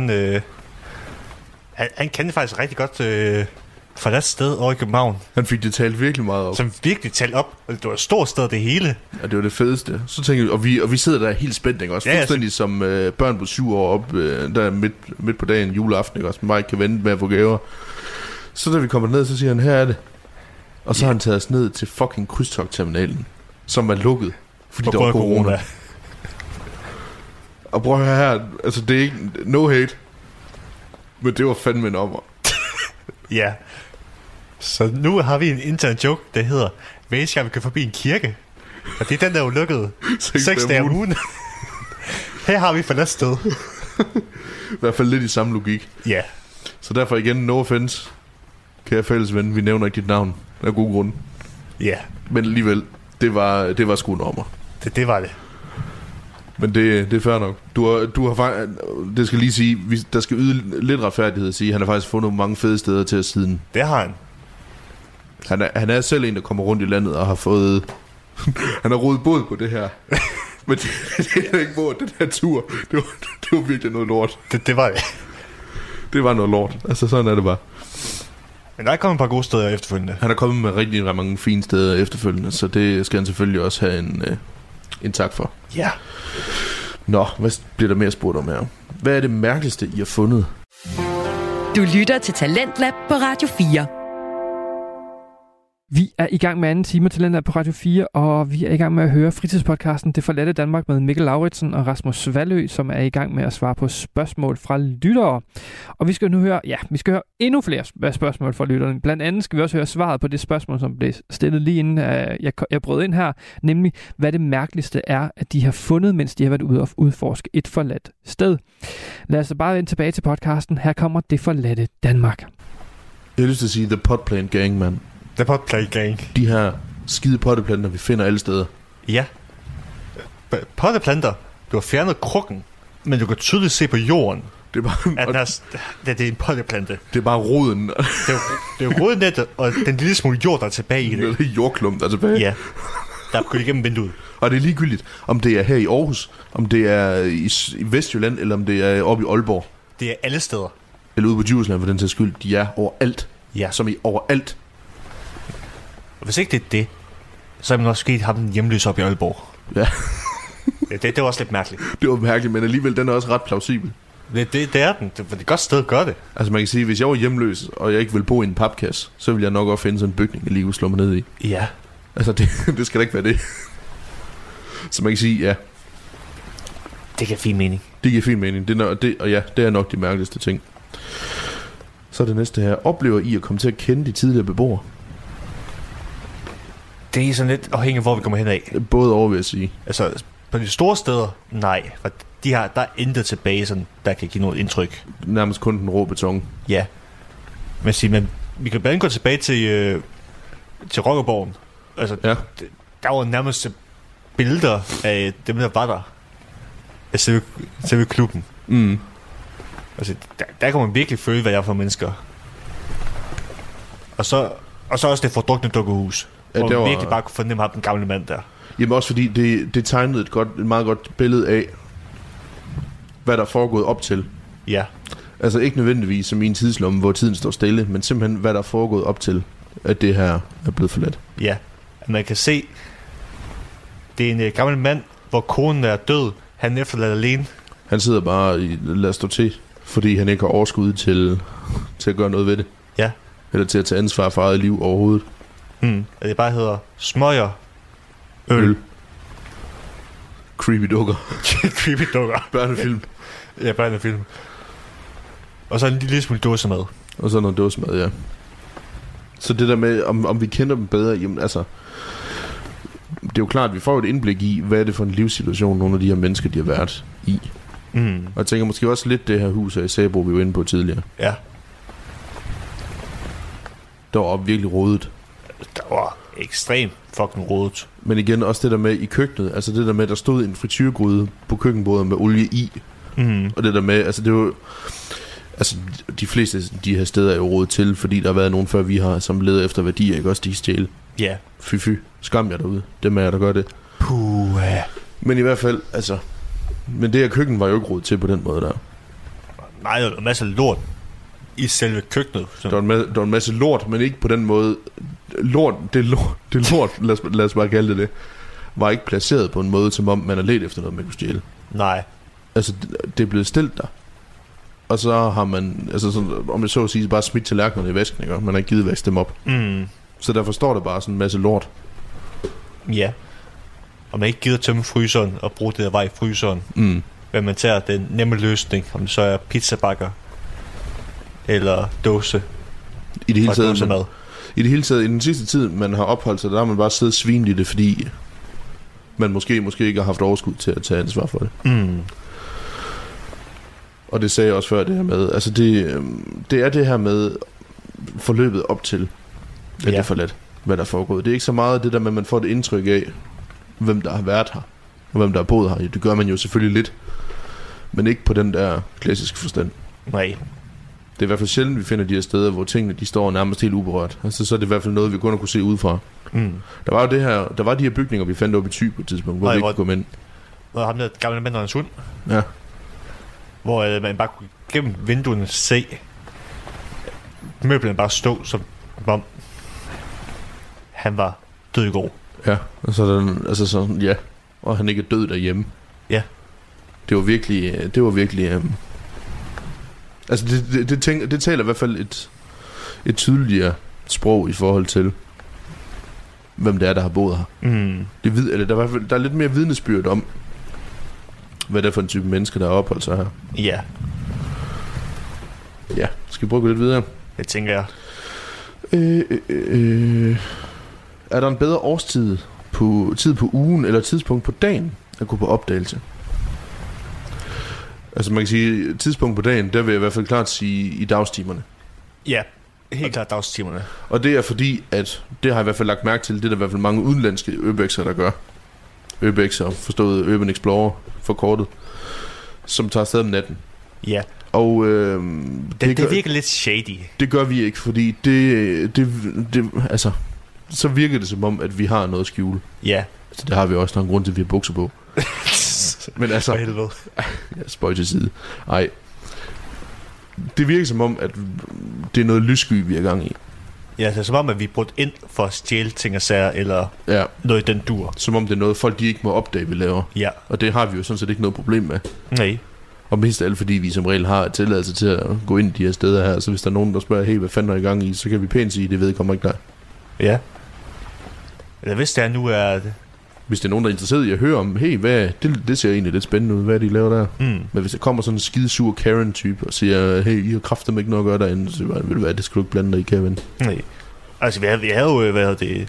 han kendte faktisk rigtig godt fra det sted over i København. Han fik det talt virkelig meget op. Som virkelig talt op. Det var et stort sted, det hele. Ja, det var det fedeste. Så tænkte vi, og vi sidder der helt spændt, ikke også? Fuldstændig som børn på 7 år op, der midt på dagen, juleaften, ikke også? Man ikke kan vente med at få gaver. Så da vi kommer ned, så siger han, her er det. Og så har han taget os ned til fucking krydstogtterminalen, som var lukket, fordi der var corona. Og prøv at høre her, altså det er ikke no hate, men det var fandme en ommer. Ja. Så nu har vi en intern joke, der hedder, hvad skal vi kan forbi en kirke? Og det er den, der er jo lukket 6 dage om ugen. Her har vi forladt sted. I hvert fald lidt i samme logik. Ja. Så derfor igen, no offense, kære fælles ven, vi nævner ikke dit navn af gode grunde. Ja. Men alligevel, det var sgu en ommer. Det var det. Men det er fair nok. Du har faktisk, det skal lige sige, der skal yde lidt retfærdighed at sige, han har faktisk fundet mange fede steder til os siden. Det har han. Han er selv en, der kommer rundt i landet og har fået... han har rodet båd på det her. Men det er ikke på den her tur. Det var virkelig noget lort. Det var det. Det var noget lort. Altså sådan er det bare. Men der er kommet et par gode steder efterfølgende. Han er kommet med rigtig mange fine steder efterfølgende, så det skal han selvfølgelig også have en tak for. Ja. Nå, hvad bliver der mere spurgt om her? Hvad er det mærkeligste, I har fundet? Du lytter til Talentlab på Radio 4. Vi er i gang med anden time til Talentlab på Radio 4, og vi er i gang med at høre fritidspodcasten Det Forladte Danmark med Mikkel Lauritsen og Rasmus Vallø, som er i gang med at svare på spørgsmål fra lyttere. Og vi skal nu høre, vi skal høre endnu flere spørgsmål fra lytterne. Blandt andet skal vi også høre svaret på det spørgsmål, som blev stillet lige inden jeg brød ind her, nemlig hvad det mærkeligste er, at de har fundet, mens de har været ude og udforske et forladt sted. Lad os bare vende tilbage til podcasten. Her kommer Det Forladte Danmark. Jeg har lyst til at sige The Potplant Gang, man. The Potplant Gang. De her skide potteplanter, vi finder alle steder. Ja. Potteplanter. Du har fjernet krukken, men du kan tydeligt se på jorden, det er bare, at det er en potteplante. Det er bare roden. Det er jo rodnettet, og den lille smule jord, der er tilbage i det. Det er jordklump, der er tilbage. Ja. Der er gået igennem vinduet. Og det er ligegyldigt, om det er her i Aarhus, om det er i Vestjylland, eller om det er oppe i Aalborg. Det er alle steder. Eller ude på Djursland, for den sags skyld. De er overalt. Ja. Som i overalt. Og hvis ikke det er det, så er man også sket ham den hjemløse op i Aalborg. Ja. det var også lidt mærkeligt. Det var mærkeligt, men alligevel den er også ret plausibel. Det er den. Det er et godt sted at gøre det. Altså man kan sige, hvis jeg var hjemløs, og jeg ikke ville bo i en papkasse, så ville jeg nok også finde sådan en bygning, jeg lige kunne slå mig ned i. Ja. Altså det skal da ikke være det. Så man kan sige, ja. Det giver fin mening. Det giver fin mening. Det er nok de mærkeligste ting. Så er det næste her. Oplever I at komme til at kende de tidligere beboere? Det er sådan lidt afhængigt af, hvor vi kommer hen af. Både over, vil jeg sige. Altså, på de store steder, nej. For der er intet tilbage, sådan, der kan give noget indtryk. Nærmest kun den rå beton. Ja. Men vi kan blandt andet gå tilbage til Rokkerborgen. Altså, ja. Der var nærmest billeder af dem, der var der. Af selve klubben. Mm. Altså, der kan man virkelig føle, hvad jeg er for mennesker. Og så også det fordrukne dukkehus. Ja, hvor man virkelig bare kunne fornemme ham, den gamle mand der. Jamen også fordi det tegnede et meget godt billede af, hvad der er foregået op til. Ja. Altså ikke nødvendigvis som i en tidslomme, hvor tiden står stille, men simpelthen, hvad der er foregået op til, at det her er blevet forladt. Ja. Man kan se, det er en gammel mand, hvor konen er død. Han er efterladt alene. Han sidder bare i lad stå til, fordi han ikke har overskud til at gøre noget ved det. Ja. Eller til at tage ansvar for eget liv overhovedet. At det bare hedder smøger, øl. Creepy dukker. Creepy dukker. Børnefilm. Ja, børnefilm. Og så en lille smule dåsemad. Og så noget dåsemad, ja. Så det der med, om vi kender dem bedre, jamen altså, det er jo klart, at vi får et indblik i, hvad er det for en livssituation, nogle af de her mennesker, de har været i. Og jeg tænker måske også lidt det her hus her i Sabro, vi var inde på tidligere. Ja. Der var virkelig rodet. Der var ekstremt fucking rodet. Men igen også det der med i køkkenet, altså det der med, der stod en frityrgryde på køkkenbordet med olie i. Og det der med, altså det var altså de fleste af de her steder er jo rodet til, fordi der har været nogen før vi har, som leder efter værdier, ikke også de stjæle. Ja. Fy, skam jer derude. Dem er jeg, der gør det. Puh. Men i hvert fald, altså, men det her køkken var jo ikke rodet til på den måde der. Nej, der var en masse lort i selve køkkenet. Der var en masse lort, men ikke på den måde. Lort, lad os bare kalde det, var ikke placeret på en måde, som om man er let efter noget, man kunne stjæle. Nej. Altså, det er blevet stillet der. Og så har man, altså sådan, om jeg så at sige, bare smidt tallerkenerne i vasken, ikke? Man har ikke givet vaske dem op. Så derfor står der bare sådan en masse lort. Ja. Og man ikke gider tømme fryseren og bruge det der vej i fryseren. Men man tager den nemme løsning, om det så er pizzabakker eller dåse. I det hele taget, i den sidste tid, man har opholdt sig, der har man bare siddet svinet i det, fordi man måske ikke har haft overskud til at tage ansvar for det. Og det sagde jeg også før, det her med, altså det er det her med forløbet op til, at det er forladt, hvad der er foregået. Det er ikke så meget det der med, at man får et indtryk af, hvem der har været her, og hvem der har boet her. Det gør man jo selvfølgelig lidt, men ikke på den der klassiske forstand. Nej. Det er i hvert fald sjældent, vi finder de her steder, hvor tingene de står nærmest helt uberørt. Altså, så er det i hvert fald noget, vi kun har kunne se udefra. Der var jo der var de her bygninger, vi fandt op i Thy på et tidspunkt, hvor vi ikke kunne komme ind. Hvor ham der gamle mand og hans hund. Ja. Hvor man bare kunne gennem vinduerne se møblerne bare stå, som om han var død i går. Ja, og så den, altså sådan, ja, og han ikke er død derhjemme. Ja. Det var virkelig altså det taler i hvert fald et tydeligere sprog i forhold til hvem det er, der har boet her. Der er lidt mere vidnesbyrd om, hvad det er for en type mennesker, der har opholdt sig her. Ja. Ja, skal vi prøve at gå lidt videre? Det tænker jeg. Er der en bedre årstid tid på ugen eller tidspunkt på dagen at gå på opdagelse? Altså man kan sige, tidspunkt på dagen, der vil jeg i hvert fald klart sige i dagstimerne. Ja, helt klart dagstimerne. Og det er fordi, at det har jeg i hvert fald lagt mærke til, det er der i hvert fald mange udenlandske Urbex'er, der gør. Urbex'er, forstået Urban Explorer, forkortet, som tager afsted om natten. Ja. Og det virker lidt shady. Det gør vi ikke, fordi det altså, så virker det som om, at vi har noget at skjule. Ja. Så det har vi også, der er en grund til, at vi har bukser på. Men altså, ja, spøj til side. Ej. det virker som om, at det er noget lyssky, vi er gang i. Ja, det er som om, at vi er brugt ind for at stjæle ting og sager, eller noget i den dur. Som om det er noget, folk de ikke må opdage, vi laver. Ja. Og det har vi jo sådan set ikke noget problem med. Nej. Og mest af alt, fordi vi som regel har tilladelse til at gå ind i de her steder her. Så hvis der er nogen, der spørger, hey, hvad fanden er I gang i? Så kan vi pænt sige, det vedkommer ikke dig. Ja. Eller hvis det er nu er... Hvis det er nogen, der er interesseret i at høre om, hey, det ser egentlig lidt spændende ud, hvad de laver der. Men hvis der kommer sådan en skidesur Karen-type og siger, hey, I har kraftigt ikke noget at gøre derinde, så ved du hvad, det skal du ikke blande dig i, Kevin. Nej. Altså, vi havde jo været det...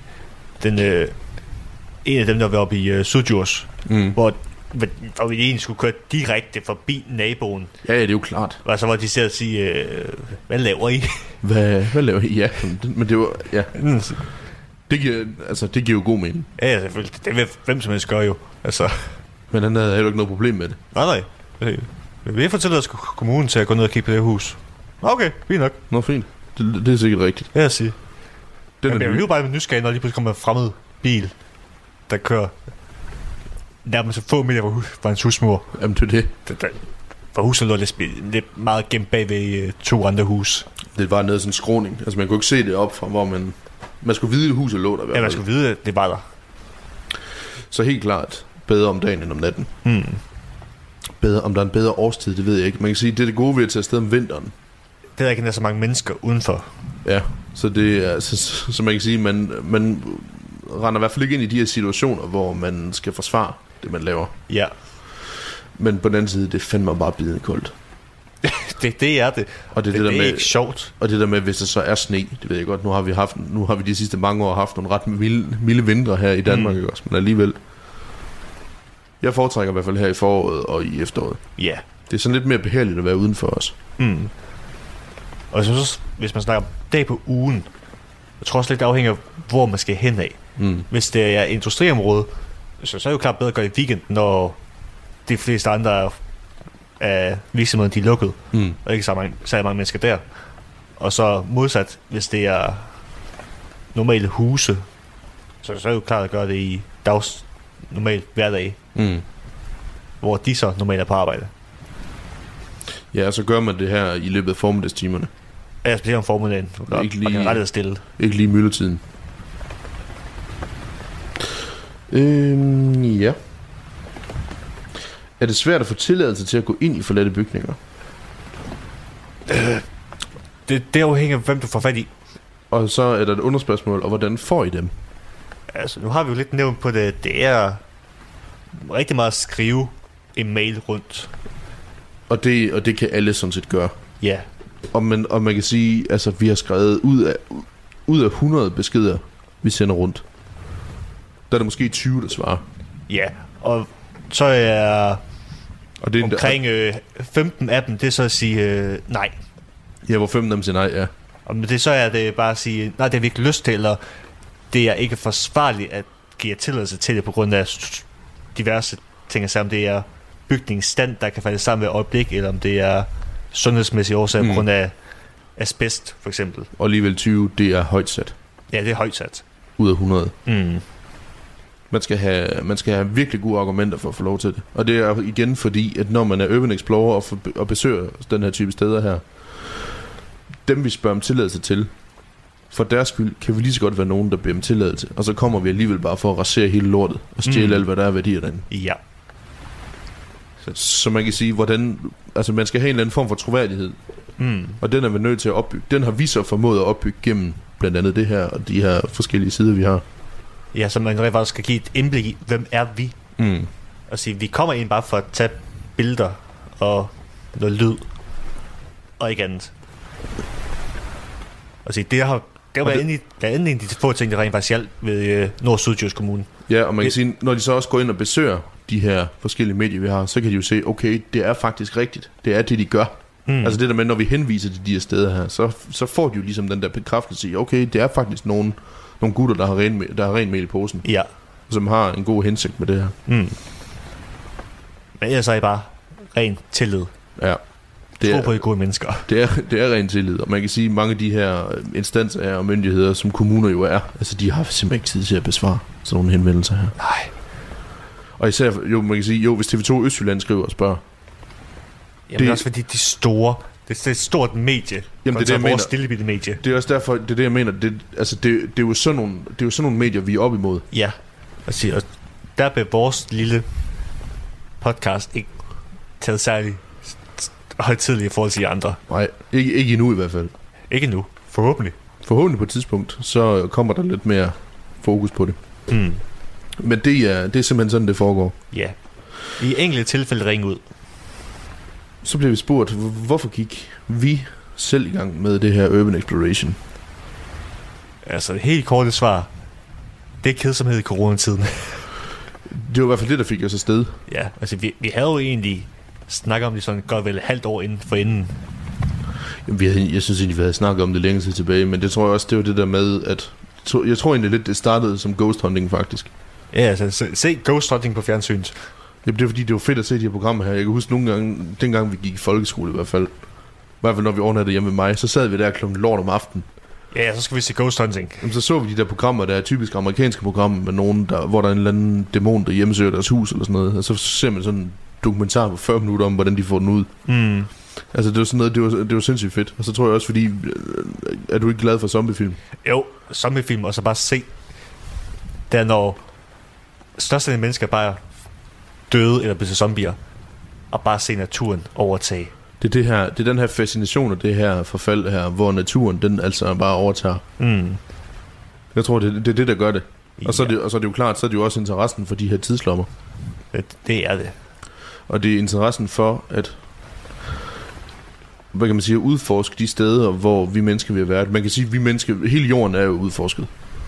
en af dem, der var oppe i Sudjurs, hvor vi egentlig skulle køre direkte forbi naboen. Ja, det er jo klart. Og så var de selv at sige, hvad laver I? Hvad laver I? Ja, men det var... Ja. Det giver jo god mening. Ja, selvfølgelig. Det vil hvem som helst gør jo. Altså. Men han havde heller ikke noget problem med det. Nej. Vi fortæller os kommunen til at gå ned og kigge på det hus. Okay, fint nok. Nå, fint. Det er sikkert rigtigt. Ja, jeg siger. Men jeg bliver bare nysgerrig, når lige pludselig kommer en fremmed bil, der kører nærmest så få meter fra hans husmur. Jamen, det er det. For huset lå lidt meget gemt bag ved 2 andre hus. Det var nede sådan en skråning. Altså, man kunne ikke se det op fra, hvor man skulle vide, at huset lå der. Ja, man skulle vide, at det var der. Så helt klart bedre om dagen end om natten. Bedre, om der er en bedre årstid, det ved jeg ikke. Man kan sige, det er det gode ved at tage afsted om vinteren. Det er ikke så mange mennesker udenfor. Ja, så det er, så man kan sige, man render i hvert fald ikke ind i de her situationer, hvor man skal forsvare det, man laver. Ja. Men på den anden side, det fandme bare bidende koldt. det er det. Og det er ikke sjovt. Og det der med, hvis der så er sne, det ved jeg godt, nu har vi de sidste mange år haft nogle ret milde vintre her i Danmark, ikke også, men alligevel. Jeg foretrækker i hvert fald her i foråret og i efteråret. Ja. Det er sådan lidt mere behageligt at være uden for os. Og så, hvis man snakker om dag på ugen, jeg tror også lidt, det afhænger af, hvor man skal hen af. Hvis det er industriområde, så er det jo klart bedre at gøre i weekenden, når de fleste andre af virksomheden, de er lukket, og ikke så mange mennesker der. Og så modsat, hvis det er normale huse, så er det jo klart at gøre det i normalt hverdag, hvor de så normalt er på arbejde. Ja, så gør man det her i løbet af formiddagstimerne. Ja, specielt om formiddagen. Ikke lige rettet stille. Ikke lige myldretiden. Ja. Er det svært at få tilladelse til at gå ind i forladte bygninger? Det afhænger af, hvem du får fat i. Og så er der et underspørgsmål, og hvordan får I dem? Altså, nu har vi jo lidt nævnt på det. Det er rigtig meget at skrive en mail rundt. Og det kan alle sådan set gøre. Ja. Og man kan sige, altså vi har skrevet ud af 100 beskeder, vi sender rundt. Der er der måske 20, der svarer. Ja, og så er omkring 15 af dem, det er så at sige nej. Ja, hvor 15 af dem siger nej, ja. Og det så er det bare at sige, nej, det er vi ikke lyst til, eller det er ikke forsvarligt at give tilladelse til det, på grund af diverse ting, om det er bygningsstand, der kan falde sammen ved øjeblik, eller om det er sundhedsmæssige årsager på grund af asbest, for eksempel. Og alligevel 20, det er højt sat. Ja, det er højt sat. Ud af 100. Man skal have virkelig gode argumenter for at få lov til det. Og det er igen fordi, at når man er Urban Explorer og besøger den her type steder her, dem vi spørger om tilladelse til, for deres skyld kan vi lige så godt være nogen, der beder om tilladelse. Og så kommer vi alligevel bare for at rasere hele lortet og stjæle alt, hvad der er værdier derinde. Ja. Så man kan sige, hvordan, altså man skal have en eller anden form for troværdighed. Og den er vi nødt til at opbygge. Den har vi så formået at opbygge gennem blandt andet det her og de her forskellige sider, vi har. Ja, så man faktisk skal give et indblik i, hvem er vi? Og sige, vi kommer ind bare for at tage billeder og noget lyd og ikke andet. Og sige, det var en af de få ting, der rent faktisk hjalp ved Nord-Sydjysk Kommune. Ja, og man kan sige, når de så også går ind og besøger de her forskellige medier, vi har, så kan de jo se, okay, det er faktisk rigtigt. Det er det, de gør. Altså det der med, når vi henviser til de her steder her, så får de jo ligesom den der bekræftelse i, okay, det er faktisk nogle gutter, der har ren mel i posen. Ja. Som har en god hensigt med det her. Men ellers er I bare ren tillid. Ja. Tro på de gode mennesker. Det er ren tillid, og man kan sige, at mange af de her instanser og myndigheder, som kommuner jo er, altså de har simpelthen ikke tid til at besvare sådan nogle henvendelser her. Nej. Og især, jo, man kan sige, hvis TV2 Østjylland skriver og spørger. Jamen det er også fordi de store Det er et stort medie. Jamen, det er det, jeg vores lille bitte medie. Det er også derfor, det er det, jeg mener. Det er jo sådan nogle medier, vi er op imod. Ja. Og der bliver vores lille podcast ikke taget særlig højtidligt i forhold til andre. Nej, ikke endnu i hvert fald. Ikke endnu. Forhåbentlig. Forhåbentlig på et tidspunkt, så kommer der lidt mere fokus på det. Mm. Men det er simpelthen sådan, det foregår. Ja. I enkelte tilfælde ringe ud. Så bliver vi spurgt, hvorfor gik vi selv i gang med det her Urban Exploration? Altså, det helt korte svar. Det er kedsomhed i coronatiden. Det var i hvert fald det, der fik os afsted. Ja, altså vi havde jo egentlig snakket om det sådan godt vel halvt år inden. Jamen, jeg synes egentlig, vi havde snakket om det længe tid tilbage, men det tror jeg også, det var det der med, at jeg tror egentlig lidt, det startede som ghost hunting faktisk. Ja, altså se ghost hunting på fjernsynet. Jamen, det er fordi, det var fedt at se de her programmer her. Jeg kan huske nogle gange, dengang vi gik i folkeskole i hvert fald, når vi overnattede hjemme med mig, så sad vi der klokken lort om aftenen. Ja, så skal vi se ghost hunting. Jamen, så vi de der programmer, der er typisk amerikanske programmer, med nogen, hvor der er en eller anden dæmon, der hjemmesøger deres hus eller sådan noget. Og så ser man sådan en dokumentar på 40 minutter om, hvordan de får den ud. Mm. Altså, det var sådan noget, det var sindssygt fedt. Og så tror jeg også, fordi, er du ikke glad for zombiefilm? Jo, zombiefilm, og så bare se, der når størstedelen af mennesker bare døde eller blev til zombier, og bare se naturen overtage. Det er den her fascination af det her forfald her, hvor naturen, den altså bare overtager. Mm. Jeg tror, det er det, der gør det. Og så er det jo klart, så er det jo også interessen for de her tidslommer. Det er det. Og det er interessen for at, hvad kan man sige, udforske de steder, hvor vi mennesker vil have været. Man kan sige, at vi mennesker, hele jorden er jo udforsket.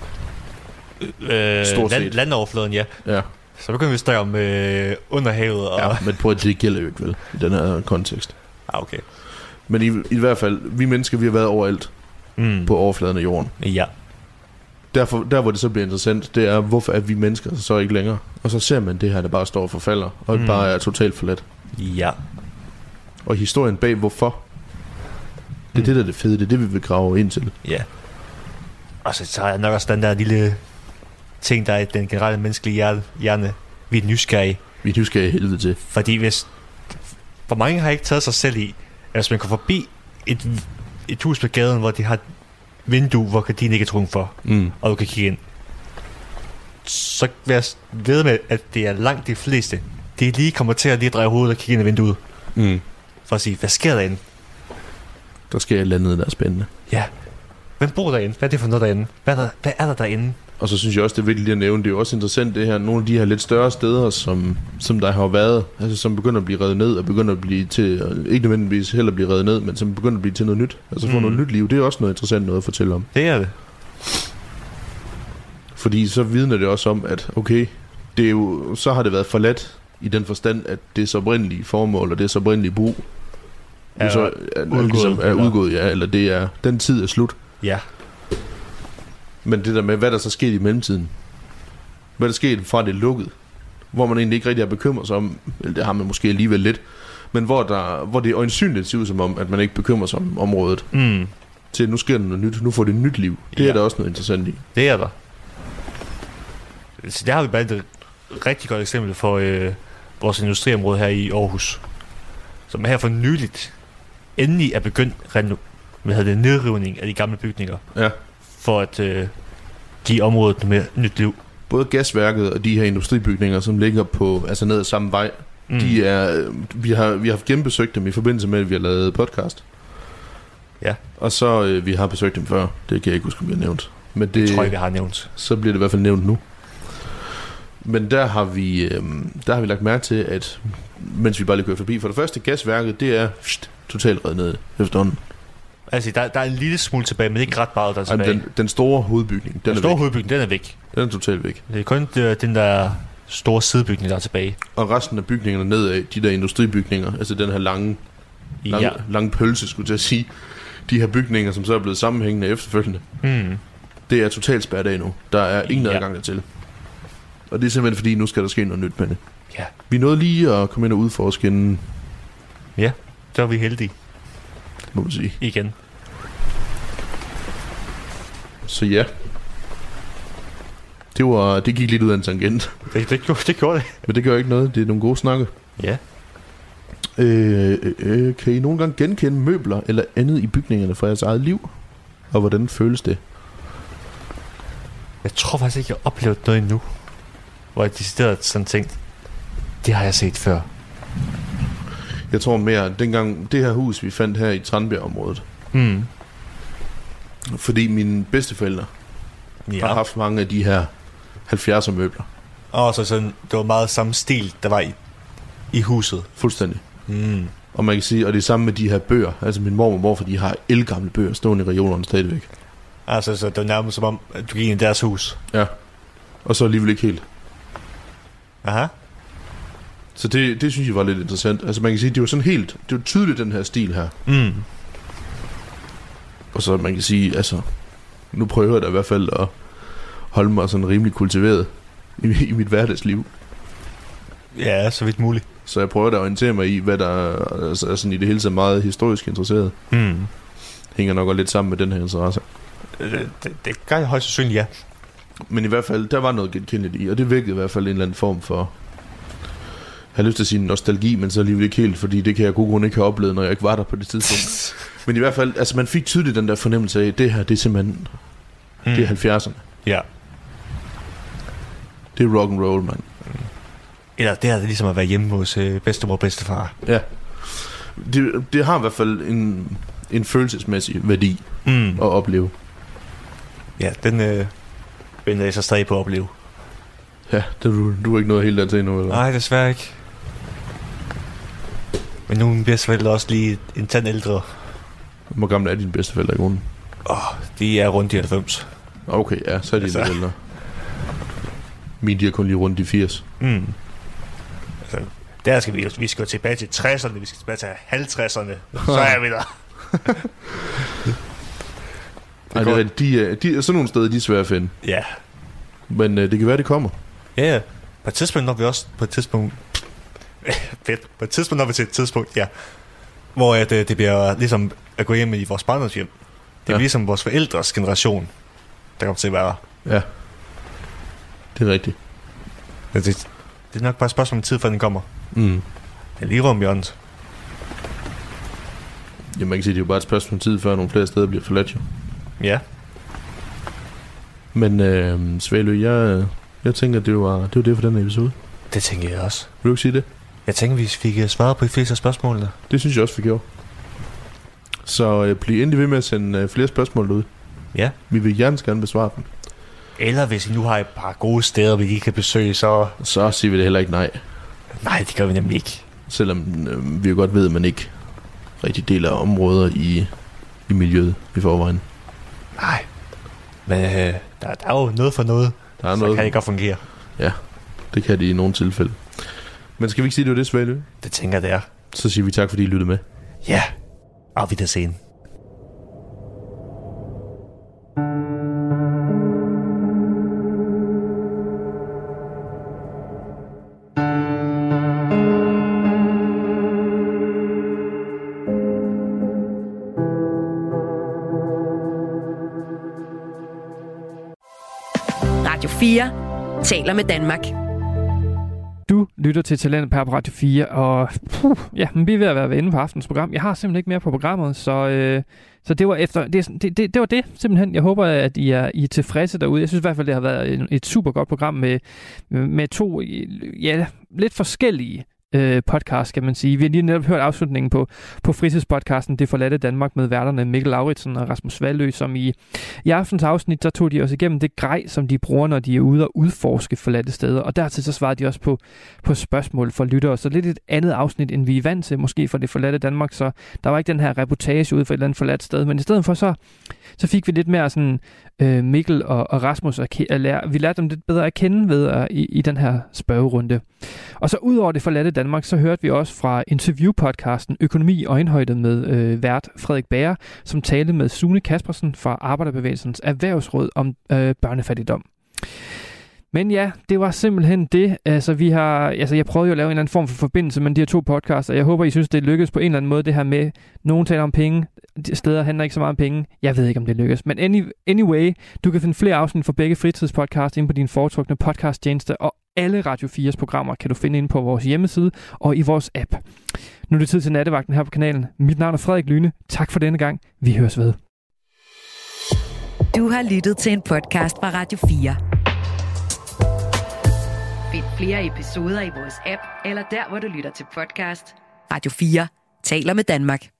Stort set. Landoverfladen, ja. Ja. Så begynder vi at snakke om underhavet. Og... Ja, men det gælder jo ikke vel, i den her kontekst. Okay. Men i hvert fald, vi mennesker, vi har været overalt på overfladen af jorden. Ja. Derfor, der hvor det så bliver interessant, det er, hvorfor er vi mennesker så ikke længere? Og så ser man det her, der bare står og forfalder, og bare er totalt forladt. Ja. Og historien bag, hvorfor? Det er det, der er det fede, det er det, vi vil grave ind til. Ja. Og så har jeg nok også den der lille ting, der er i den generelle menneskelige hjerne. Vi er nysgerrige. Vi er nysgerrige helvede til. Fordi hvis... For mange har ikke taget sig selv i, at hvis man går forbi et hus på gaden, hvor de har et vindue, hvor gardinen ikke er trukket for, og du kan kigge ind, så vil jeg ved med, at det er langt de fleste, de lige kommer til at lige dreje hovedet og kigge ind i vinduet. For at sige, hvad sker derinde? Der sker et eller andet, der er spændende. Ja. Hvem bor derinde? Hvad er det for noget derinde? Hvad er der derinde? Og så synes jeg også, det er vigtigt at nævne, det er jo også interessant det her, nogle af de her lidt større steder, som der har været, altså som begynder at blive revet ned, og begynder at blive til, ikke nødvendigvis heller blive revet ned, men som begynder at blive til noget nyt, altså få noget nyt liv, det er også noget interessant noget at fortælle om. Det er det. Fordi så vidner det også om, at okay, det er jo, så har det været forladt i den forstand, at det er så oprindelige formål, og det er så oprindelige brug, er udgået, ja, eller det er, den tid er slut. Ja. Men det der med, hvad der så skete i mellemtiden, hvad der skete fra det lukket, hvor man egentlig ikke rigtig har bekymret sig om, eller det har man måske alligevel lidt, men hvor det er øjensynligt ser ud som om, at man ikke bekymrer sig om området, til nu sker der noget nyt, nu får det et nyt liv. Det er der også noget interessant i. Det er der. Så der har vi bare et rigtig godt eksempel for vores industriområde her i Aarhus, som her for nyligt endelig er begyndt nedrivning af de gamle bygninger. Ja. For at give området med nyt liv. Både gasværket og de her industribygninger, som ligger på, altså ned ad samme vej, de er, vi har haft genbesøgt dem i forbindelse med, at vi har lavet podcast. Ja. Og så vi har besøgt dem før. Det kan jeg ikke huske, om vi har nævnt. Men det tror jeg, vi har nævnt. Så bliver det i hvert fald nævnt nu. Men der har vi lagt mærke til, at mens vi bare lige kører forbi, for det første gasværket, det er totalt reddet ned efterhånden. Altså, der er en lille smule tilbage, men ikke ret meget, der er tilbage. Den store hovedbygning, den er væk. Den er totalt væk. Det er kun den der store sidebygning, der er tilbage. Og resten af bygningerne nedad, de der industribygninger, altså den her lange pølse, skulle jeg sige, de her bygninger, som så er blevet sammenhængende efterfølgende, det er totalt spærret af nu. Der er ingen adgang dertil. Og det er simpelthen fordi, nu skal der ske noget nyt med det. Ja. Vi nåede lige at komme ind og udforske inden. Ja, så er vi heldige. Må man sige. Igen. Så ja. Det gik lidt ud af en tangent. Det gjorde det. Men det gør ikke noget. Det er nogle gode snakke. Ja. Kan I nogle gange genkende møbler eller andet i bygningerne fra jeres eget liv? Og hvordan føles det? Jeg tror faktisk ikke, jeg har oplevet noget endnu, hvor jeg decideret sådan tænkt, det har jeg set før. Jeg tror mere, dengang det her hus, vi fandt her i Tranbjerg-området. Fordi mine bedsteforældre har haft mange af de her 70'er møbler. Og så sådan, det var meget samme stil, der var i huset. Fuldstændig. Og man kan sige, og det er samme med de her bøger. Altså min mor og morfar, de har ældgamle bøger stående i reolerne stadigvæk. Altså, så det var nærmest som om, at du gik ind i deres hus. Ja. Og så alligevel ikke helt. Aha. Så det synes jeg var lidt interessant. Altså man kan sige, det var sådan helt, det var tydeligt den her stil her. Og så man kan sige, altså, nu prøver jeg da i hvert fald at holde mig sådan rimelig kultiveret i mit hverdagsliv. Ja, så vidt muligt. Så jeg prøver da at orientere mig i, hvad der er sådan i det hele taget meget historisk interesseret. Hænger nok også lidt sammen med den her interesse. Det gør jeg højst sandsynligt, ja. Men i hvert fald, der var noget genkendeligt i, og det vækkede i hvert fald en eller anden form for, jeg har lyst til at sige nostalgi, men så alligevel ikke helt, fordi det kan jeg af god grund ikke have oplevet, når jeg ikke var der på det tidspunkt. Men i hvert fald, altså man fik tydeligt den der fornemmelse af, det her, det er simpelthen, det er 70'erne. Ja. Det er rock and roll, mand. Eller det er det ligesom at være hjemme hos bedstemor og bedstefar. Ja. Det har i hvert fald en følelsesmæssig værdi at opleve. Ja, den vender jeg så stadig på at opleve. Ja, du er ikke noget helt der til endnu, eller? Nej, desværre ikke. Men nu er mine bedsteforældre også lige en tand ældre. Hvor gamle er dine bedsteforældre i grunden? De er rundt i 90. Okay, ja, så er de lidt ældre. Mine, de er kun lige rundt i 80. Altså, der skal vi skal tilbage til 60'erne, vi skal tilbage til 50'erne. Så er vi der. De er sådan nogle steder, de er svære at finde. Ja. Men det kan være, det kommer. Ja, på et tidspunkt når vi også på et tidspunkt når vi til et tidspunkt, ja, hvor det bliver ligesom at gå hjem i vores barndomshjem. Det er ligesom vores forældres generation, der kommer til at være. Ja, det er rigtigt. Det er nok bare et spørgsmål om tid, før den kommer. Det er lige rum hjørnet. Ja, man kan sige, det er jo bare et spørgsmål om tid, før nogle flere steder bliver forladt jo. Ja. Men Svalø, jeg tænker, at det var det for den episode. Det tænker jeg også. Vil du ikke sige det? Jeg tænker, vi fik svaret på de fleste af spørgsmålene. Det synes jeg også, vi gjorde. Så bliv endelig ved med at sende flere spørgsmål ud. Ja. Vi vil gerne besvare dem. Eller hvis I nu har et par gode steder, vi ikke kan besøge, så siger vi det heller ikke nej. Nej, det gør vi nemlig ikke. Selvom vi jo godt ved, at man ikke rigtig deler områder i miljøet i forvejen. Nej. Men der er jo noget for noget, så noget, kan det godt fungere. Ja, det kan det i nogle tilfælde. Men skal vi ikke sige, det var det, Svalø? Det tænker jeg, det er. Så siger vi tak, fordi I lyttede med. Ja, og vi der sen. Radio 4 taler med Danmark. Du lytter til Talentet på Radio 4, og vi er ved at være inde på aftens program. Jeg har simpelthen ikke mere på programmet, så det var efter det var det simpelthen. Jeg håber, at I er tilfredse derude. Jeg synes i hvert fald, det har været et super godt program med to lidt forskellige podcast, kan man sige. Vi har lige netop hørt afslutningen på fritidspodcasten Det Forladte Danmark med værterne Mikkel Lauritsen og Rasmus Vallø, som i aftens afsnit, der tog de også igennem det grej, som de bruger, når de er ude og udforske forladte steder. Og dertil så svarede de også på spørgsmål for lyttere. Så lidt et andet afsnit, end vi er vant til, måske for Det Forladte Danmark. Så der var ikke den her reportage ude for et eller andet forladt sted. Men i stedet for så fik vi lidt mere sådan Mikkel og Rasmus vi lærte dem lidt bedre at kende ved i den her spørgerunde. Og så ud over Det Forladte Danmark, så hørte vi også fra interviewpodcasten Økonomi i øjenhøjde med vært Frederik Bager, som talte med Sune Kaspersen fra Arbejderbevægelsens Erhvervsråd om børnefattigdom. Men ja, det var simpelthen det. Jeg prøvede jo at lave en eller anden form for forbindelse mellem de her to podcasts, og jeg håber, I synes, det lykkedes på en eller anden måde, det her med, nogen taler om penge, steder handler ikke så meget om penge. Jeg ved ikke, om det lykkes. Men anyway, du kan finde flere afsnit for begge fritidspodcasts inde på din foretrukne podcasttjeneste, og alle Radio 4's programmer kan du finde inde på vores hjemmeside og i vores app. Nu er det tid til nattevagten her på kanalen. Mit navn er Frederik Lyne. Tak for denne gang. Vi høres ved. Du har lyttet til en podcast fra Radio 4. Find flere episoder i vores app, eller der, hvor du lytter til podcast. Radio 4 taler med Danmark.